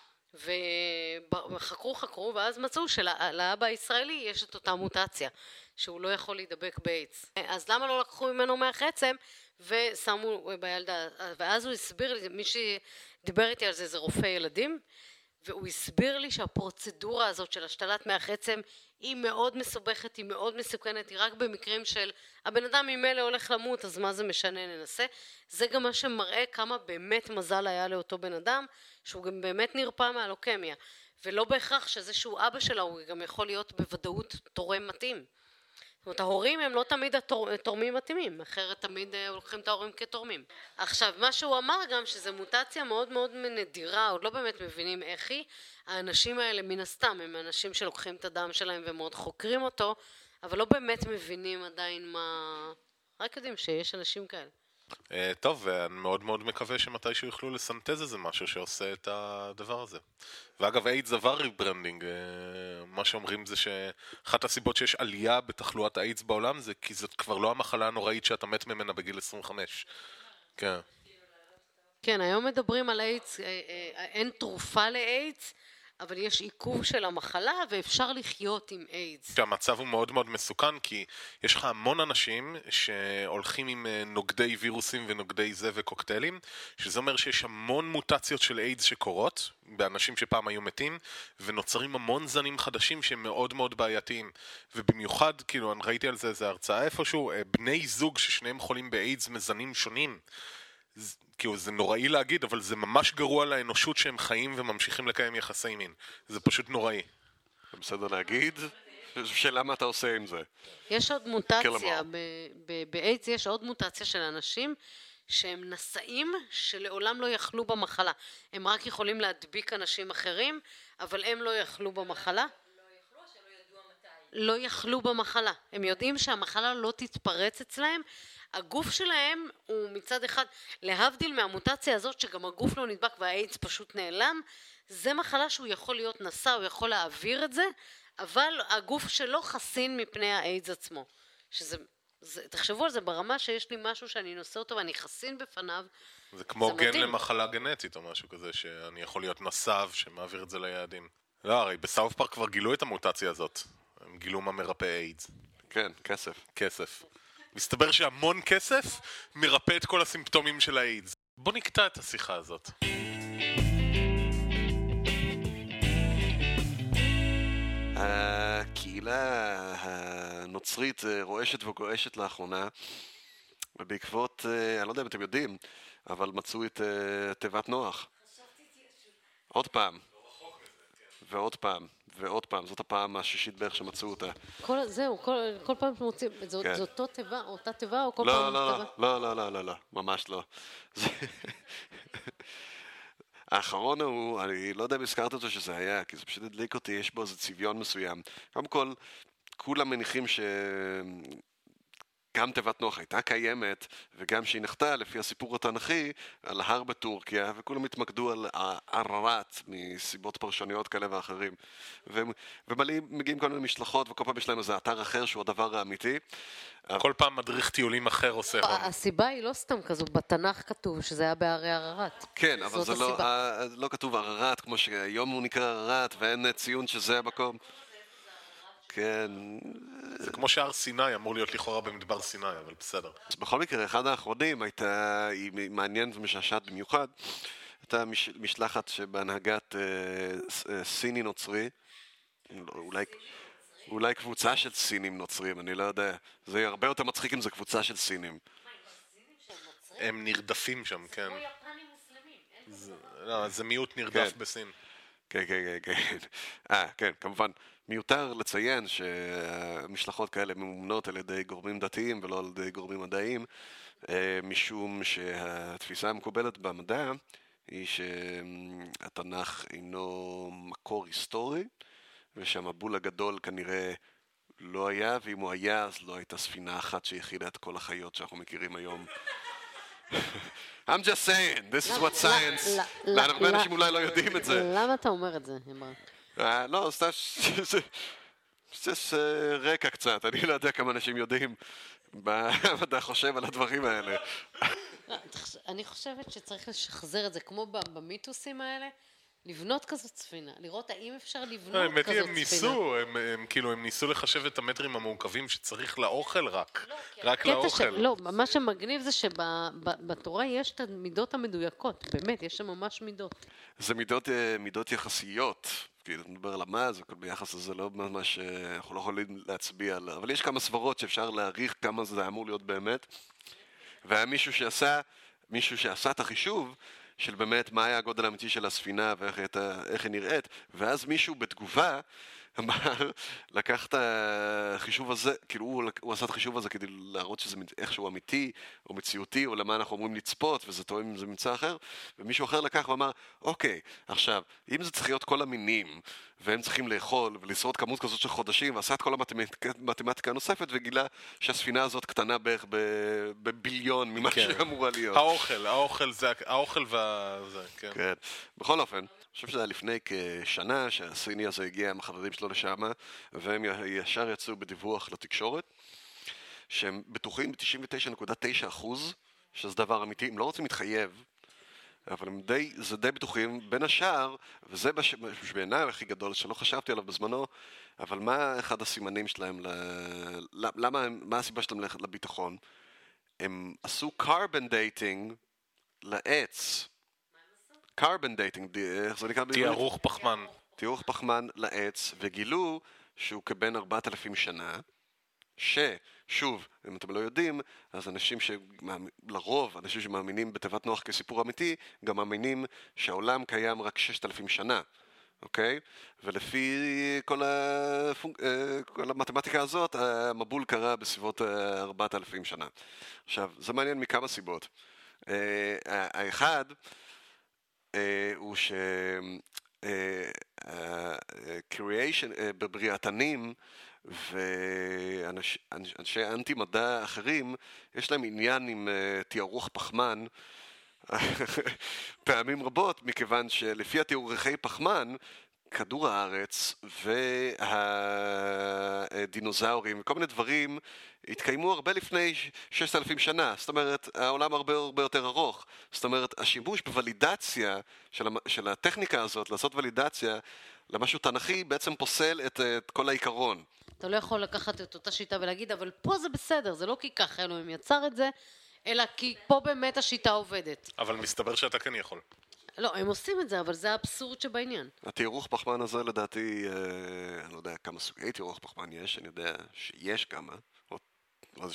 וחקרו ואז מצאו שלאבא הישראלי יש את אותה מוטציה שהוא לא יכול להידבק באיידס. אז למה לא לקחו ממנו מח עצם ושמו בילדה? ואז הוא הסביר לי, מי שדיבר איתי על זה רופא ילדים, והוא הסביר לי שהפרוצדורה הזאת של השתלת מח עצם היא מאוד מסובכת, היא מאוד מסוכנת, היא רק במקרים של הבן אדם ממילא הולך למות, אז מה זה משנה, ננסה. זה גם מה שמראה כמה באמת מזל היה לאותו בן אדם, שהוא גם באמת נרפא מהלוקמיה, ולא בהכרח שזה שהוא אבא שלה, הוא גם יכול להיות בוודאות תורם מתאים. זאת אומרת, ההורים הם לא תמיד התורמים מתאימים, אחרת תמיד לוקחים את ההורים כתורמים. עכשיו, מה שהוא אמר גם שזה מוטציה מאוד מאוד נדירה, עוד לא באמת מבינים איך היא. האנשים האלה מן הסתם הם אנשים שלוקחים את הדם שלהם ומאוד חוקרים אותו, אבל לא באמת מבינים עדיין מה... רק יודעים שיש אנשים כאלה. טוב, ואני מאוד מאוד מקווה שמתישהו יוכלו לסנטז איזה משהו שעושה את הדבר הזה. ואגב, איידס עבר ריברנדינג, מה שאומרים זה שאחת הסיבות שיש עלייה בתחלואת האיידס בעולם זה כי זאת כבר לא המחלה הנוראית שאתה מת ממנה בגיל 25. כן. כן, היום מדברים על איידס, אין תרופה לאיידס, אבל יש עיכוב של המחלה ואפשר לחיות עם איידס. שהמצב הוא מאוד מאוד מסוכן כי יש לך המון אנשים שהולכים עם נוגדי וירוסים ונוגדי זה וקוקטיילים, שזה אומר שיש המון מוטציות של איידס שקורות באנשים שפעם היו מתים, ונוצרים המון זנים חדשים שהם מאוד מאוד בעייתיים. ובמיוחד, כאילו, אני ראיתי על זה איזה הרצאה איפשהו, בני זוג ששניהם חולים באיידס מזנים שונים, כאילו זה נוראי להגיד, אבל זה ממש גרוע לאנושות שהם חיים וממשיכים לקיים יחסי מין. זה פשוט נוראי. זה בסדר להגיד? שאלה מה אתה עושה עם זה? יש עוד מוטציה, באיידס יש עוד מוטציה של אנשים שהם נשאים שלעולם לא יכלו במחלה. הם רק יכולים להדביק אנשים אחרים, אבל הם לא יכלו במחלה. לא יכלו במחלה. הם יודעים שהמחלה לא תתפרץ אצלהם, הגוף שלהם הוא מצד אחד, להבדיל מהמוטציה הזאת שגם הגוף לא נדבק והאיידס פשוט נעלם, זה מחלה שהוא יכול להיות נשא, הוא יכול להעביר את זה, אבל הגוף שלו חסין מפני האיידס עצמו. תחשבו על זה ברמה שיש לי משהו שאני נושא אותו ואני חסין בפניו. זה כמו גן למחלה גנטית או משהו כזה, שאני יכול להיות נשאב שמעביר את זה ליעדים. לא, הרי בסאוף פארק כבר גילו את המוטציה הזאת. הם גילו מה מרפא איידס. כן, כסף. כסף. מסתבר שהמון כסף מרפא את כל הסימפטומים של האיידס. בוא נקטע את השיחה הזאת. הקהילה הנוצרית רועשת וגועשת לאחרונה, ובעקבות, אני לא יודע אם אתם יודעים, אבל מצאו את תיבת נוח. עוד פעם. ועוד פעם, ועוד פעם, זאת הפעם השישית בערך שמצאו אותה. זהו, כל פעם שמוצאים, זו אותו תיבה, אותה תיבה, או כל פעם תיבה? לא, ממש לא. האחרון הוא, אני לא יודע אם הזכרת אותו שזה היה, כי זה פשוט הדליק אותי, יש בו איזה צביון מסוים. קודם כל, כולם מניחים גם תיבת נוח הייתה קיימת, וגם שהיא נחתה לפי הסיפור התנ"כי על הר בטורקיה, וכולם התמקדו על ערערת מסיבות פרשניות כאלה ואחרים. ומגיעים כל מיני משלחות, וכל פעם יש להם איזה אתר אחר שהוא הדבר האמיתי. כל פעם מדריך טיולים אחר עושה הון. הסיבה היא לא סתם כזו, בתנ"ך כתוב שזה היה בערי ערערת. כן, אבל זה לא כתוב ערערת, כמו שהיום הוא נקרא ערערת, ואין ציון שזה המקום. כן. זה כמו שהר סיני אמור להיות לכאורה במדבר סיני, אבל בסדר. בכל מקרה, אחד האחרונים היא מעניינת ומשעשעת במיוחד, הייתה משלחת שבהנהגת סיני נוצרי, אולי קבוצה של סינים נוצרים, אני לא יודע. זה הרבה יותר מצחיק אם זה קבוצה של סינים. הם נרדפים שם, כן. זה מיעוט נרדף בסין. כן. כן, כמובן. מיותר לציין שמשלחות כאלה ממומנות על ידי גורמים דתיים ולא על ידי גורמים מדעיים, משום שהתפיסה המקובלת במדע היא שהתנ"ך אינו מקור היסטורי, ושהמבול הגדול כנראה לא היה, ואם הוא היה אז לא הייתה ספינה אחת שהכילה את כל החיות שאנחנו מכירים היום. I'm just saying, this is what science, הרבה אנשים אולי לא יודעים את זה. למה אתה אומר את זה, אמר? לא, זה רקע קצת, אני לא יודע כמה אנשים יודעים מה אתה חושב על הדברים האלה. אני חושבת שצריך לשחזר את זה, כמו במיתוסים האלה, לבנות כזאת ספינה, לראות האם אפשר לבנות כזאת ספינה. הם ניסו לחשב את המטרים המורכבים שצריך לאוכל רק לאוכל. לא, מה שמגניב זה שבתורה יש את המידות המדויקות, באמת, יש שם ממש מידות. זה מידות יחסיות, כאילו, נדבר על מה, זה ביחס לזה לא ממש, אנחנו לא יכולים להצביע עליו, אבל יש כמה סברות שאפשר להעריך כמה זה אמור להיות באמת, והיה מישהו שעשה את החישוב, של באמת מה היה הגודל האמיתי של הספינה ואיך היא נראית, ואז מישהו בתגובה אמר, לקח את החישוב הזה, כאילו הוא עשה את החישוב הזה כדי להראות שזה איכשהו אמיתי או מציאותי, או למה אנחנו אומרים לצפות, וזה טועה אם זה ממצא אחר, ומישהו אחר לקח ואמר, אוקיי, עכשיו, אם זה צריך להיות כל המינים, והם צריכים לאכול ולשרוד כמות כזאת של חודשים, ועשה את כל המתמטיקה הנוספת, וגילה שהספינה הזאת קטנה בערך בביליון ממה שאמורה להיות. האוכל והזה, כן. כן. בכל אופן, אני חושב שזה היה לפני כשנה שהסיני הזה הגיע עם החברים שלו לשם, והם ישר יצאו בדיווח לתקשורת, שהם בטוחים ב-99.9% שזה דבר אמיתי, הם לא רוצים להתחייב, אבל זה די בטוחים, בין השאר, וזה בעיניי הכי גדול שלא חשבתי עליו בזמנו, אבל מה אחד הסימנים שלהם, מה הסיבה שלהם לביטחון? הם עשו carbon dating לעץ. carbon dating, איך זה נקרא? תיארוך פחמן. תיארוך פחמן לעץ, וגילו שהוא כבין 4,000 שנה, ששוב, אם אתם לא יודעים, אז לרוב, אנשים שמאמינים בתיבת נוח כסיפור אמיתי, גם מאמינים שהעולם קיים רק 6,000 שנה, אוקיי? ולפי כל המתמטיקה הזאת, המבול קרה בסביבות 4,000 שנה. עכשיו, זה מעניין מכמה סיבות. האחד, הוא creation בבריאתנים ואנשי אנטי מדע אחרים יש להם עניין עם תיארוך פחמן פעמים רבות, מכיוון שלפי התיאורכי פחמן כדור הארץ והדינוזאורים וכל מיני דברים התקיימו הרבה לפני 6,000 שנה, זאת אומרת העולם הרבה יותר ארוך, זאת אומרת השימוש בוולידציה של הטכניקה הזאת, לעשות ולידציה למשהו תנ"כי בעצם פוסל את כל העיקרון. אתה לא יכול לקחת את אותה שיטה ולהגיד אבל פה זה בסדר, זה לא כי ככה אלוהים יצר את זה, אלא כי פה באמת השיטה עובדת. אבל מסתבר שאתה כן יכול. לא, הם עושים את זה, אבל זה האבסורד שבעניין. התיארוך פחמן הזה לדעתי, אני לא יודע כמה סוגי תיארוך פחמן יש, אני יודע שיש כמה,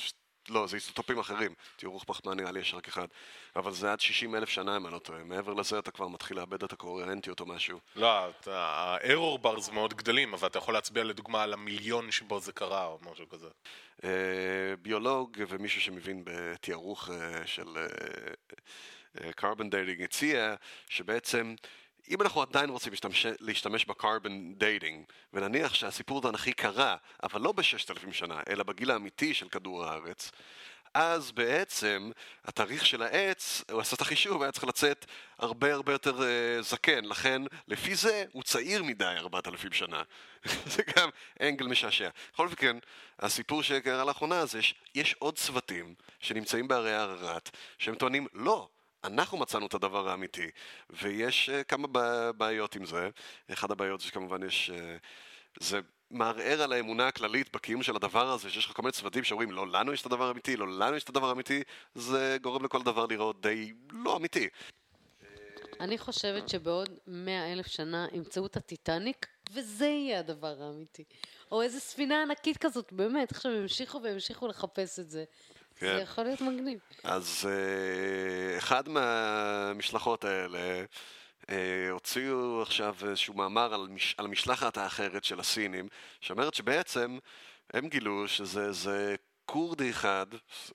לא, זה איזוטופים אחרים, תיארוך פחמן נראה לי יש רק אחד, אבל זה עד 60,000 שנה אם אני לא טועה, מעבר לזה אתה כבר מתחיל לאבד את הקוהרנטיות או משהו. לא, הארור ברס מאוד גדלים, אבל אתה יכול להצביע לדוגמה על המיליון שבו זה קרה או משהו כזה. ביולוג ומישהו שמבין בתיארוך של קרבן דייטינג הציע שבעצם אם אנחנו עדיין רוצים להשתמש בקרבן דייטינג ונניח שהסיפור התנ"כי קרה אבל לא ב6,000 שנה אלא בגיל האמיתי של כדור הארץ, אז בעצם התאריך של העץ, הוא עשה את החישוב, היה צריך לצאת הרבה יותר זקן, לכן לפי זה הוא צעיר מדי 4,000 שנה. זה גם אנגל משעשע. בכל מקרה, הסיפור שקרה לאחרונה זה יש עוד צוותים שנמצאים בערי ערערת שהם טוענים לא, אנחנו מצאנו את הדבר האמיתי, ויש כמה בעיות עם זה. אחד הבעיות זה שכמובן זה מערער על האמונה הכללית בקיום של הדבר הזה, שיש לך כל מיני צוותים שאומרים לא לנו יש את הדבר האמיתי, לא לנו יש את הדבר האמיתי, זה גורם לכל דבר לראות די לא אמיתי. אני חושבת שבעוד 100,000 שנה ימצאו את הטיטניק, וזה יהיה הדבר האמיתי. או איזו ספינה ענקית כזאת, באמת, עכשיו ימשיכו לחפש את זה. זה יכול להיות מגניב. אז אחד מהמשלחות האלה הוציאו עכשיו איזשהו מאמר על המשלחת האחרת של הסינים, שאומרת שבעצם הם גילו שזה קורדי אחד,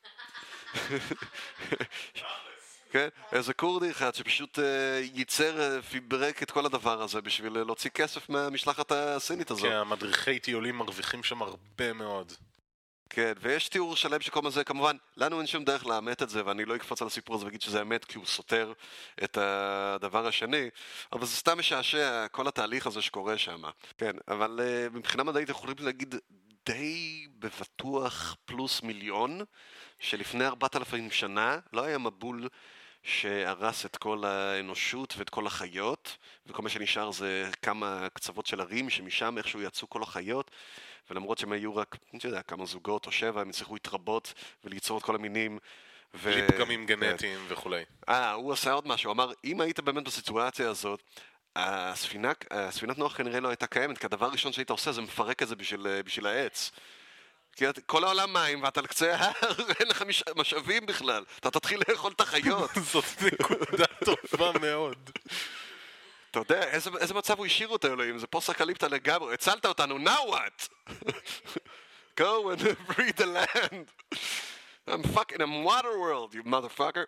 כן? איזה קורדי אחד שפשוט ייצר, פיברק את כל הדבר הזה בשביל להוציא כסף מהמשלחת הסינית הזאת. כן, המדריכי טיולים מרוויחים שם הרבה מאוד. כן, ויש תיאור שלם שכל מה זה, כמובן, לנו אין שום דרך לאמת את זה, ואני לא אקפוץ על הסיפור הזה ואגיד שזה אמת, כי הוא סותר את הדבר השני, אבל זה סתם משעשע, כל התהליך הזה שקורה שם. כן, אבל מבחינה מדעית יכולים להגיד די בבטוח פלוס מיליון, שלפני 4,000 שנה לא היה מבול שהרס את כל האנושות ואת כל החיות, וכל מה שנשאר זה כמה קצוות של ערים שמשם איכשהו יצאו כל החיות, ולמרות שהם היו רק, אני יודע, כמה זוגות או 7, הם הצליחו להתרבות וליצור את כל המינים. בלי פגמים גנטיים וכולי. הוא עשה עוד משהו, הוא אמר, אם היית באמת בסיטואציה הזאת, הספינת נוח כנראה לא הייתה קיימת, כי הדבר הראשון שהיית עושה זה מפרק את זה בשביל העץ. כי כל העולם מים ואתה לקצה ההר, אין לך משאבים בכלל, אתה תתחיל לאכול את החיות. זאת נקודה טובה מאוד. אתה יודע, איזה מצב הוא השאיר אותו אלוהים, זה פוסט-אקליפטה לגמרי, הצלת אותנו, now what? Go and free the land. I'm fucking in water world, you motherfucker.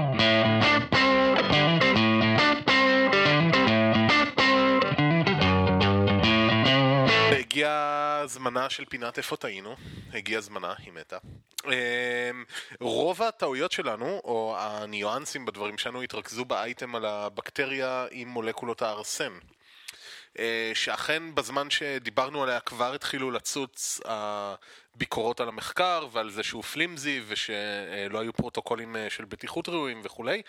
הגיעה זמנה של פינת איפה טעינו, הגיעה זמנה, היא מתה. רוב הטעויות שלנו, או הניואנסים בדברים שלנו, התרכזו באייטם על הבקטריה עם מולקולות הארסן. שאכן בזמן שדיברנו עליה כבר התחילו לצוץ הביקורות על המחקר ועל זה שהוא פלימזי ושלא היו פרוטוקולים של בטיחות ראויים וכולי.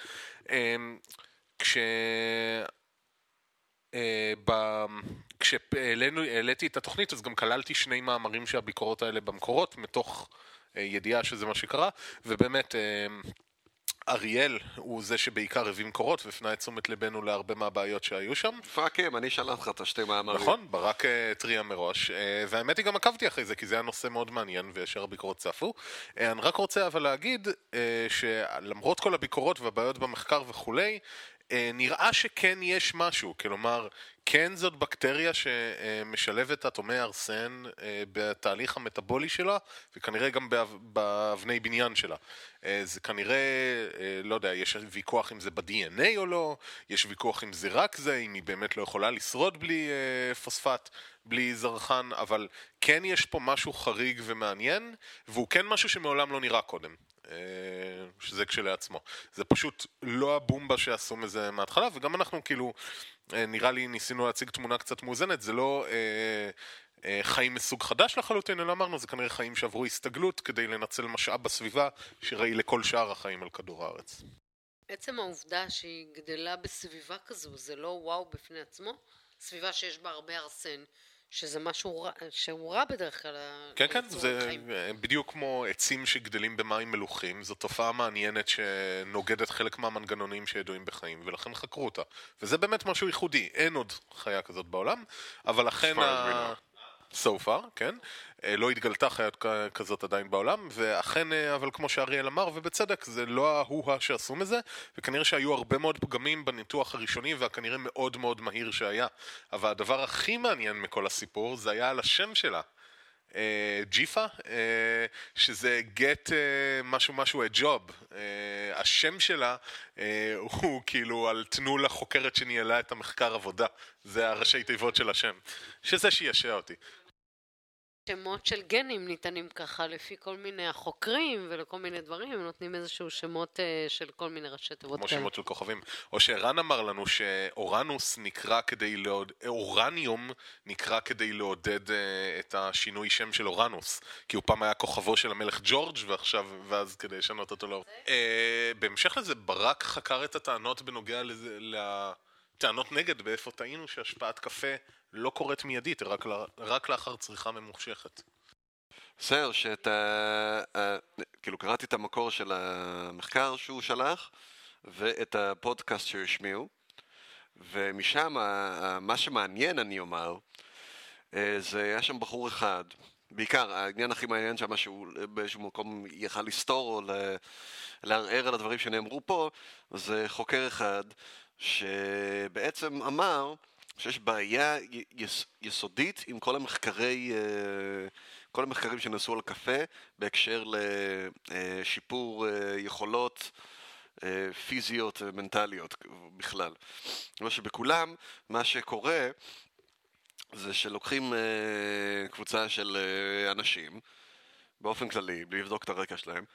כשהעליתי את התוכנית אז גם כללתי 2 מאמרים שהביקורות האלה במקורות מתוך ידיעה שזה מה שקרה, ובאמת אריאל הוא זה שבעיקר הביא מקורות והפנה את תשומת לבנו להרבה מהבעיות שהיו שם. פאקים, אני שלח לך את 2 מאמרים. נכון, ברק טריה מראש, והאמת היא גם עקבתי אחרי זה כי זה היה נושא מאוד מעניין וישר הביקורות צפו. אני רק רוצה אבל להגיד שלמרות כל הביקורות והבעיות במחקר וכולי, נראה שכן יש משהו, כלומר, כן זאת בקטריה שמשלבת אטומי ארסן בתהליך המטאבולי שלה, וכנראה גם באבני בניין שלה. זה כנראה, לא יודע, יש ויכוח אם זה ב-DNA או לא, יש ויכוח אם זה רק זה, אם היא באמת לא יכולה לשרוד בלי פוספט, בלי זרחן, אבל כן יש פה משהו חריג ומעניין, והוא כן משהו שמעולם לא נראה קודם. שזה כשלעצמו. זה פשוט לא הבומבה שעשו מזה מההתחלה, וגם אנחנו כאילו, נראה לי ניסינו להציג תמונה קצת מאוזנת, זה לא חיים מסוג חדש לחלוטין, אלא אמרנו, זה כנראה חיים שעברו הסתגלות כדי לנצל משאב בסביבה שראי לכל שאר החיים על כדור הארץ. עצם העובדה שהיא גדלה בסביבה כזו, זה לא וואו בפני עצמו? סביבה שיש בה הרבה ארסן. שזה משהו שהוא רע בדרך כלל. כן, כן, זה בדיוק כמו עצים שגדלים במים מלוכים, זו תופעה מעניינת שנוגדת חלק מהמנגנונים שידועים בחיים, ולכן חקרו אותה. וזה באמת משהו ייחודי, אין עוד חיה כזאת בעולם, אבל לכן so far, כן? לא התגלתה חיות כזאת עדיין בעולם, ואכן, אבל כמו שאריאל אמר, ובצדק, זה לא ההוא שעשו מזה, וכנראה שהיו הרבה מאוד פגמים בניתוח הראשוני, והכנראה מאוד מאוד מהיר שהיה. אבל הדבר הכי מעניין מכל הסיפור, זה היה על השם שלה. ג'יפה, שזה get משהו a job. השם שלה הוא כאילו על תנו לחוקרת שניהלה את המחקר עבודה. זה הראשי תיבות של השם. שזה שישע אותי. שמות של גנים ניתנים ככה לפי כל מיני החוקרים ולכל מיני דברים, הם נותנים איזשהו שמות של כל מיני ראשי תיבות כמו כאלה. שמות של כוכבים. או שרן אמר לנו שאורניום נקרא כדי לעודד את השינוי שם של אורנוס, כי הוא פעם היה כוכבו של המלך ג'ורג' ואז כדי לשנות אותו לא. בהמשך לזה, ברק חקר את הטענות בנוגע לטענות נגד באיפה טעינו שהשפעת קפה לא קורית מיידית, רק לאחר צריכה ממושכת. בסדר, כאילו קראתי את המקור של המחקר שהוא שלח, ואת הפודקאסט שהשמיעו, ומשם, מה שמעניין אני אומר, זה היה שם בחור אחד, בעיקר, העניין הכי מעניין שם שהוא באיזשהו מקום יכל לסתור או לערער על הדברים שנאמרו פה, זה חוקר אחד שבעצם אמר שיש בעיה יסודית עם כל המחקרים שנעשו על קפה בהקשר לשיפור יכולות פיזיות ומנטליות בכלל. מה שבכולם, מה שקורה זה שלוקחים קבוצה של אנשים באופן כללי, בלי לבדוק את הרקע שלהם,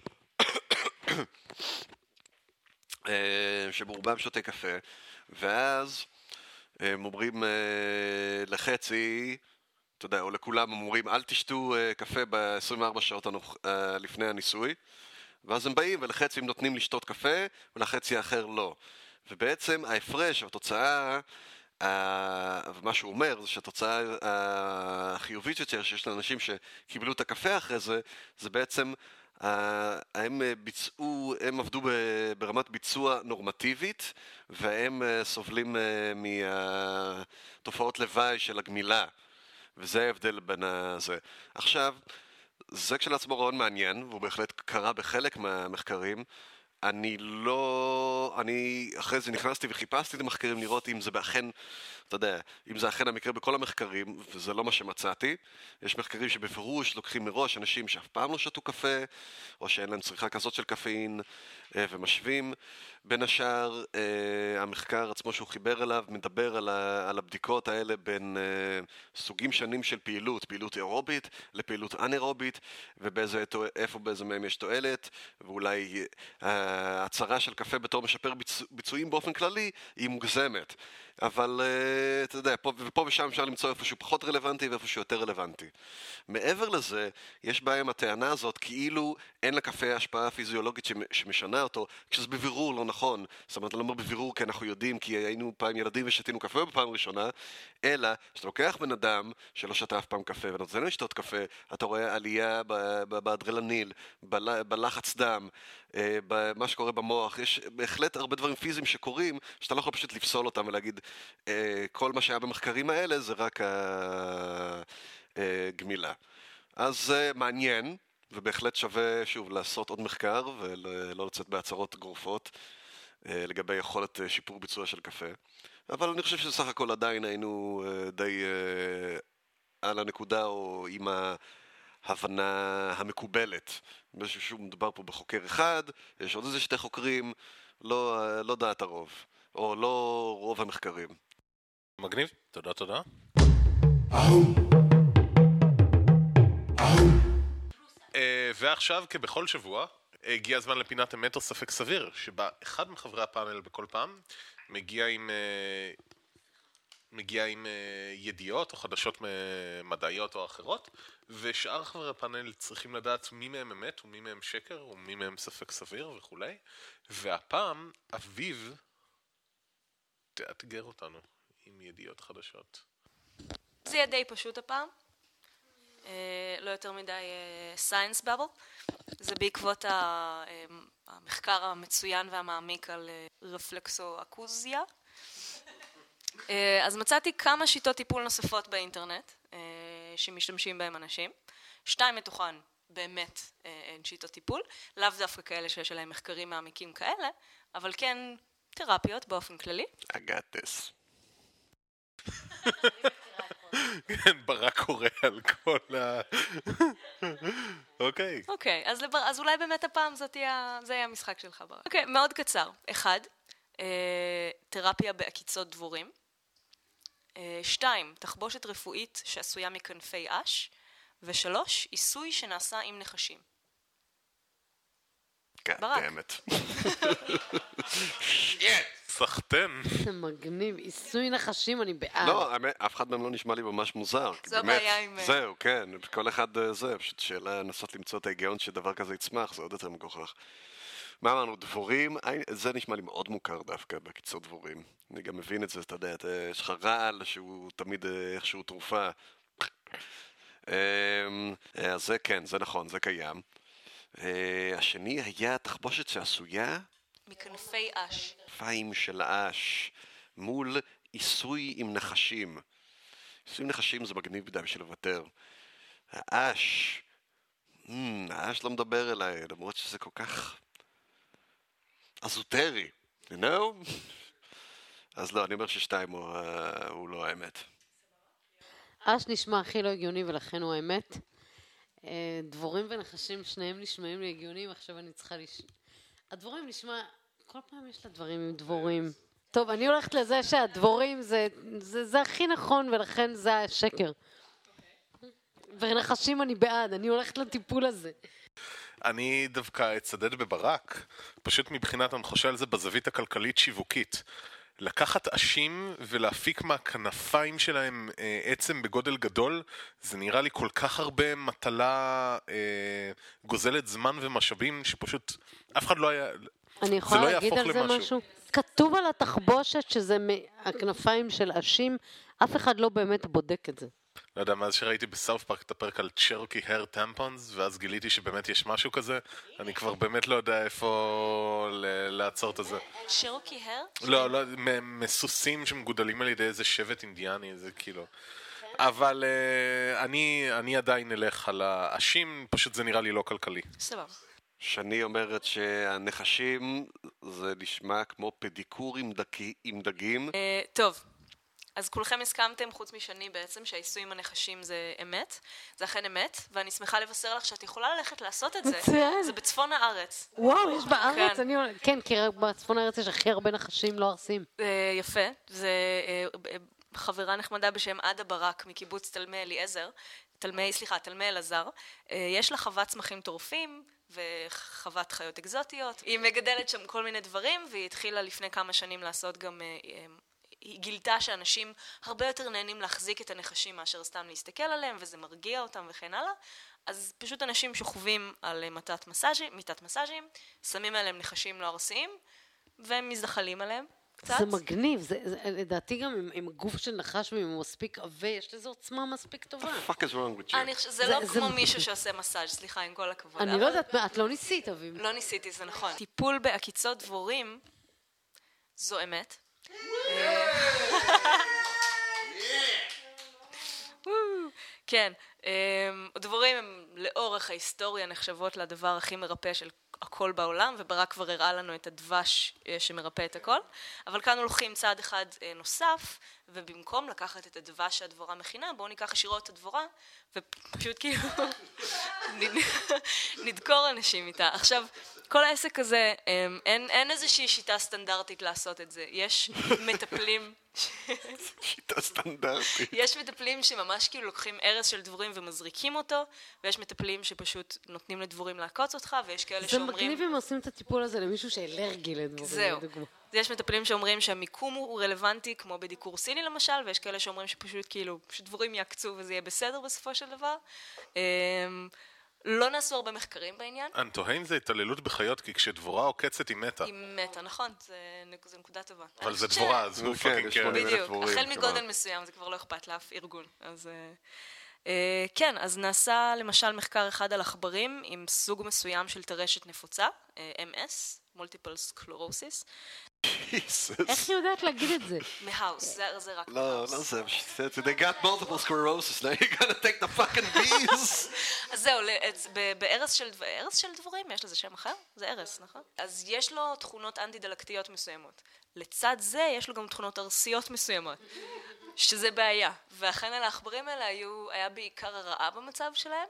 שברובם שותה קפה, ואז הם אומרים לחצי, אתה יודע, או לכולם אומרים, אל תשתו קפה ב-24 שעות לפני הניסוי, ואז הם באים ולחצי הם נותנים לשתות קפה, ולחצי האחר לא. ובעצם ההפרש, התוצאה, ומה שהוא אומר, זה שהתוצאה החיובית יותר שיש לאנשים שקיבלו את הקפה אחרי זה, זה בעצם הם עבדו ברמת ביצוע נורמטיבית, והם סובלים מתופעות לוואי של הגמילה, וזה ההבדל בין זה. עכשיו, זה כשלעצמו רעיון מעניין, והוא בהחלט קרה בחלק מהמחקרים. אני אחרי זה נכנסתי וחיפשתי את המחקרים לראות אם זה באכן, אתה יודע, אם זה אכן המקרה בכל המחקרים, וזה לא מה שמצאתי. יש מחקרים שבפירוש לוקחים מראש אנשים שאף פעם לא שתו קפה, או שאין להם צריכה כזאת של קפאין, ומשווים. בין השאר, המחקר עצמו שהוא חיבר אליו, מדבר על הבדיקות האלה בין סוגים שונים של פעילות אירובית לפעילות אנאירובית, ואיפה באיזה מהם יש תועלת, ואולי ההצהרה של קפה בתור משפר ביצועים באופן כללי היא מוגזמת. אבל אתה יודע, פה ושם אפשר למצוא איפה שהוא פחות רלוונטי ואיפה שהוא יותר רלוונטי. מעבר לזה, יש בעיה עם הטענה הזאת כאילו אין לקפה השפעה פיזיולוגית שמשנה אותו, כשזה בבירור לא נכון. זאת אומרת, לא אומר בבירור כי אנחנו יודעים, כי היינו פעם ילדים ושתינו קפה בפעם ראשונה, אלא שאתה לוקח בן אדם שלא שתה אף פעם קפה ואתה נותן לו לשתות קפה, אתה רואה עלייה באדרנליל, בלחץ דם, במה שקורה במוח. יש בהחלט הרבה דברים פיזיים שקורים שאתה לא יכול פשוט לפסול אותם ולהגיד כל מה שהיה במחקרים האלה זה רק הגמילה. אז זה מעניין, ובהחלט שווה שוב לעשות עוד מחקר ולא לצאת בהצהרות גרופות לגבי יכולת שיפור ביצוע של קפה. אבל אני חושב שסך הכל עדיין היינו די על הנקודה או עם ההבנה המקובלת. שוב מדובר פה בחוקר אחד, יש עוד איזה שתי חוקרים, לא דעת הרוב, או לא רוב המחקרים. מגניב, תודה. ועכשיו, כבכל שבוע, הגיע הזמן לפינת אמת או ספק סביר, שבה אחד מחברי הפאנל בכל פעם מגיע עם ידיעות או חדשות מדעיות או אחרות, ושאר חברי הפאנל צריכים לדעת מי מהם אמת ומי מהם שקר ומי מהם ספק סביר וכולי. והפעם אביב תאתגר אותנו עם ידיעות חדשות. זה יהיה די פשוט הפעם. לא יותר מדי science bubble. זה בעקבות המחקר המצוין והמעמיק על רפלקסואקוזיה. אז מצאתי כמה שיטות טיפול נוספות באינטרנט, שמשתמשים בהם אנשים. 2 מתוכן באמת הן שיטות טיפול, לאו דווקא כאלה שיש עליהם מחקרים מעמיקים כאלה, אבל כן תרפיות באופן כללי. I got this. כן, ברק קורא על כל אוקיי. אוקיי, אז אולי באמת הפעם זה יהיה המשחק שלך ברק. אוקיי, מאוד קצר. 1, תרפיה בעקיצות דבורים. 2, תחבושת רפואית שעשויה מכנפי אש. ו3, עיסוי שנעשה עם נחשים. ברק. סחטן. זה מגניב, עיסוי נחשים, אני בעד. לא, אף אחד מהם לא נשמע לי ממש מוזר. זו הבעיה עם... זהו, כן, כל אחד זה, פשוט שאלה לנסות למצוא את ההיגיון שדבר כזה יצמח, זה עוד יותר מגוחך. מה אמרנו, דבורים? זה נשמע לי מאוד מוכר דווקא, בקיצור דבורים. אני גם מבין את זה, אתה יודע, יש לך רעל שהוא תמיד איכשהו תרופה. אז זה כן, זה נכון, זה קיים. השני היה תחבושת שעשויה מכנפי אש. כנפיים של אש מול עיסוי עם נחשים. עיסוי עם נחשים זה מגניב מדי בשביל לוותר. האש לא מדבר אליי, למרות שזה כל כך אזוטרי, you know? אז לא, אני אומר ששתיים הוא לא האמת. אש נשמע הכי לא הגיוני ולכן הוא האמת. דבורים ונחשים שניהם נשמעים לי הגיוניים, עכשיו אני צריכה הדבורים נשמע, כל פעם יש לה דברים עם דבורים. טוב, אני הולכת לזה שהדבורים זה הכי נכון ולכן זה השקר. ונחשים אני בעד, אני הולכת לטיפול הזה. אני דווקא אצדד בברק, פשוט מבחינת אני חושב על זה בזווית הכלכלית שיווקית. לקחת אשים ולהפיק מהכנפיים שלהם עצם בגודל גדול, זה נראה לי כל כך הרבה מטלה גוזלת זמן ומשאבים, שפשוט אף אחד לא היה... אני יכולה להגיד על זה משהו? כתוב על התחבושת שזה הכנפיים של אשים, אף אחד לא באמת בודק את זה. לא יודע, מאז שראיתי בסאוף פארק את הפרק על צ'רוקי הר טמפונס, ואז גיליתי שבאמת יש משהו כזה, אני כבר באמת לא יודע איפה לעצור את זה. צ'רוקי הר? לא, מסוסים שמגודלים על ידי איזה שבט אינדיאני, זה כאילו... אבל אני עדיין אלך על האשים, פשוט זה נראה לי לא כלכלי. סבבה. שני אומרת שהנחשים זה נשמע כמו פדיקור עם דגים. טוב. אז כולכם הסכמתם, חוץ משני בעצם, שהעיסוי עם הנחשים זה אמת. זה אכן אמת, ואני שמחה לבשר לך שאת יכולה ללכת לעשות את זה. מצוין. זה בצפון הארץ. וואו, יש בארץ? כן, כי בצפון הארץ יש הכי הרבה נחשים לא ארסים. יפה. זה חברה נחמדה בשם עדה ברק מקיבוץ תלמי אליעזר. תלמי אלעזר. יש לה חוות צמחים טורפים וחוות חיות אקזוטיות. היא מגדלת שם כל מיני דברים, והיא התחילה לפני כמה שנים לעשות גם... היא גילתה שאנשים הרבה יותר נהנים להחזיק את הנחשים מאשר סתם להסתכל עליהם, וזה מרגיע אותם וכן הלאה. אז פשוט אנשים שוכבים על מיטת מסאז'ים, שמים עליהם נחשים לא ארסיים, והם מזדחלים עליהם קצת. זה מגניב, לדעתי גם עם הגוף של נחש ואם הוא מספיק עבה, יש לזה עוצמה מספיק טובה. What the fuck is wrong with you? זה לא כמו מישהו שעושה מסאז', סליחה, עם כל הכבוד. אני לא יודעת, את לא ניסית, אביב. לא ניסיתי, זה נכון. טיפול בעקיצות דבורים, זו אמת. כן, דבורים הם לאורך ההיסטוריה נחשבות לדבר הכי מרפא של הכל בעולם, וברק כבר הראה לנו את הדבש שמרפא את הכל, אבל כאן הולכים צעד אחד נוסף, ובמקום לקחת את הדבש שהדבורה מכינה, בואו ניקח ישירות את הדבורה, ופשוט כאילו נדקור אנשים איתה. עכשיו, כל העסק הזה, אין איזושהי שיטה סטנדרטית לעשות את זה. יש מטפלים... שיטה סטנדרטית. יש מטפלים שממש כאילו לוקחים ארס של דבורים ומזריקים אותו, ויש מטפלים שפשוט נותנים לדבורים לעקוץ אותך, ויש כאלה שאומרים... זה מגניב אם עושים את הטיפול הזה למישהו שאלרגי לדבורים. זהו. יש מטפלים שאומרים שהמיקום הוא רלוונטי, כמו בדיקור סיני למשל, ויש כאלה שאומרים שפשוט כאילו, שדבורים יעקצו וזה יהיה בסדר בסופו של דבר. לא נעשו הרבה מחקרים בעניין. אני תוהה אם זה התעללות בחיות, כי כשדבורה עוקצת היא מתה. היא מתה, נכון, זה נקודה טובה. אבל זה דבורה, אז הוא פאקינג קר. בדיוק, החל מגודל מסוים, זה כבר לא אכפת לאף ארגון. אז כן, אז נעשה למשל מחקר אחד על עכברים עם סוג מסוים של טרשת נפוצה, MS, Multiple Sclerosis. איך היא יודעת להגיד את זה? מהאוס, זה רק לא, מהאוס. לא זה, they got multiple sclerosis, now you're gonna take the fucking bees. אז זהו, בארס של דבורים, יש לזה שם אחר? זה ארס, נכון? אז יש לו תכונות אנטי-דלקתיות מסוימות. לצד זה יש לו גם תכונות ארסיות מסוימות, שזה בעיה. ואכן על העכברים האלה היה בעיקר הרעה במצב שלהם.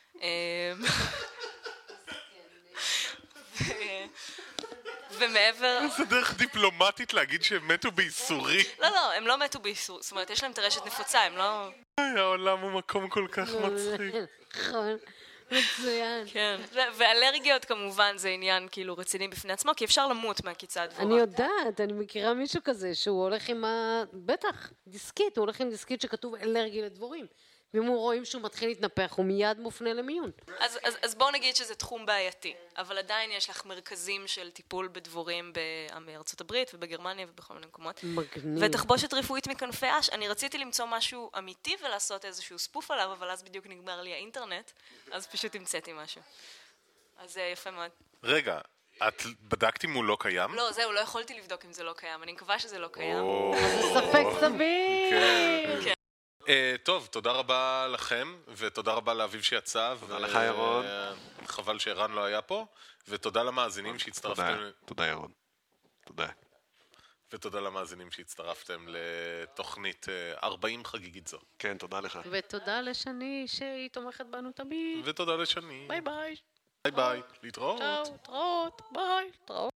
ומעבר... זה דרך דיפלומטית להגיד שהם מתו בייסורי. לא, הם לא מתו בייסור, זאת אומרת, יש להם טרשת נפוצה, הם לא... העולם הוא מקום כל כך מצחיק. נכון, מצוין. כן, ואלרגיות כמובן זה עניין כאילו רציני בפני עצמו, כי אפשר למות מהקיצה הדבורה. אני יודעת, אני מכירה מישהו כזה שהוא הולך עם בטח, דיסקית, הוא הולך עם דיסקית שכתוב אלרגי לדבורים. ואם הוא רואים שהוא מתחיל להתנפח, הוא מיד מופנה למיון. אז בואו נגיד שזה תחום בעייתי, אבל עדיין יש לך מרכזים של טיפול בדבורים בארצות הברית ובגרמניה ובכל מיני מקומות. מגניב. ותחבושת רפואית מכנפי אש, אני רציתי למצוא משהו אמיתי ולעשות איזשהו ספוף עליו, אבל אז בדיוק נגמר לי האינטרנט, אז פשוט המצאתי משהו. אז זה יפה מאוד. רגע, את בדקת אם הוא לא קיים? לא, זהו, לא יכולתי לבדוק אם זה לא קיים, אני מקווה שזה לא קיים. ספק סביר. כן. טוב, תודה רבה לכם, ותודה רבה לאביב שיצא. תודה לך, ירון. חבל שערן לא היה פה, ותודה למאזינים שהצטרפתם. תודה, ירון. תודה. ותודה למאזינים שהצטרפתם לתוכנית 40 חגיגית זו. כן, תודה לך. ותודה לשני שהיא תומכת בנו תמיד. ותודה לשני. ביי ביי. ביי ביי. להתראות. צ'או, תראות, ביי, תראות.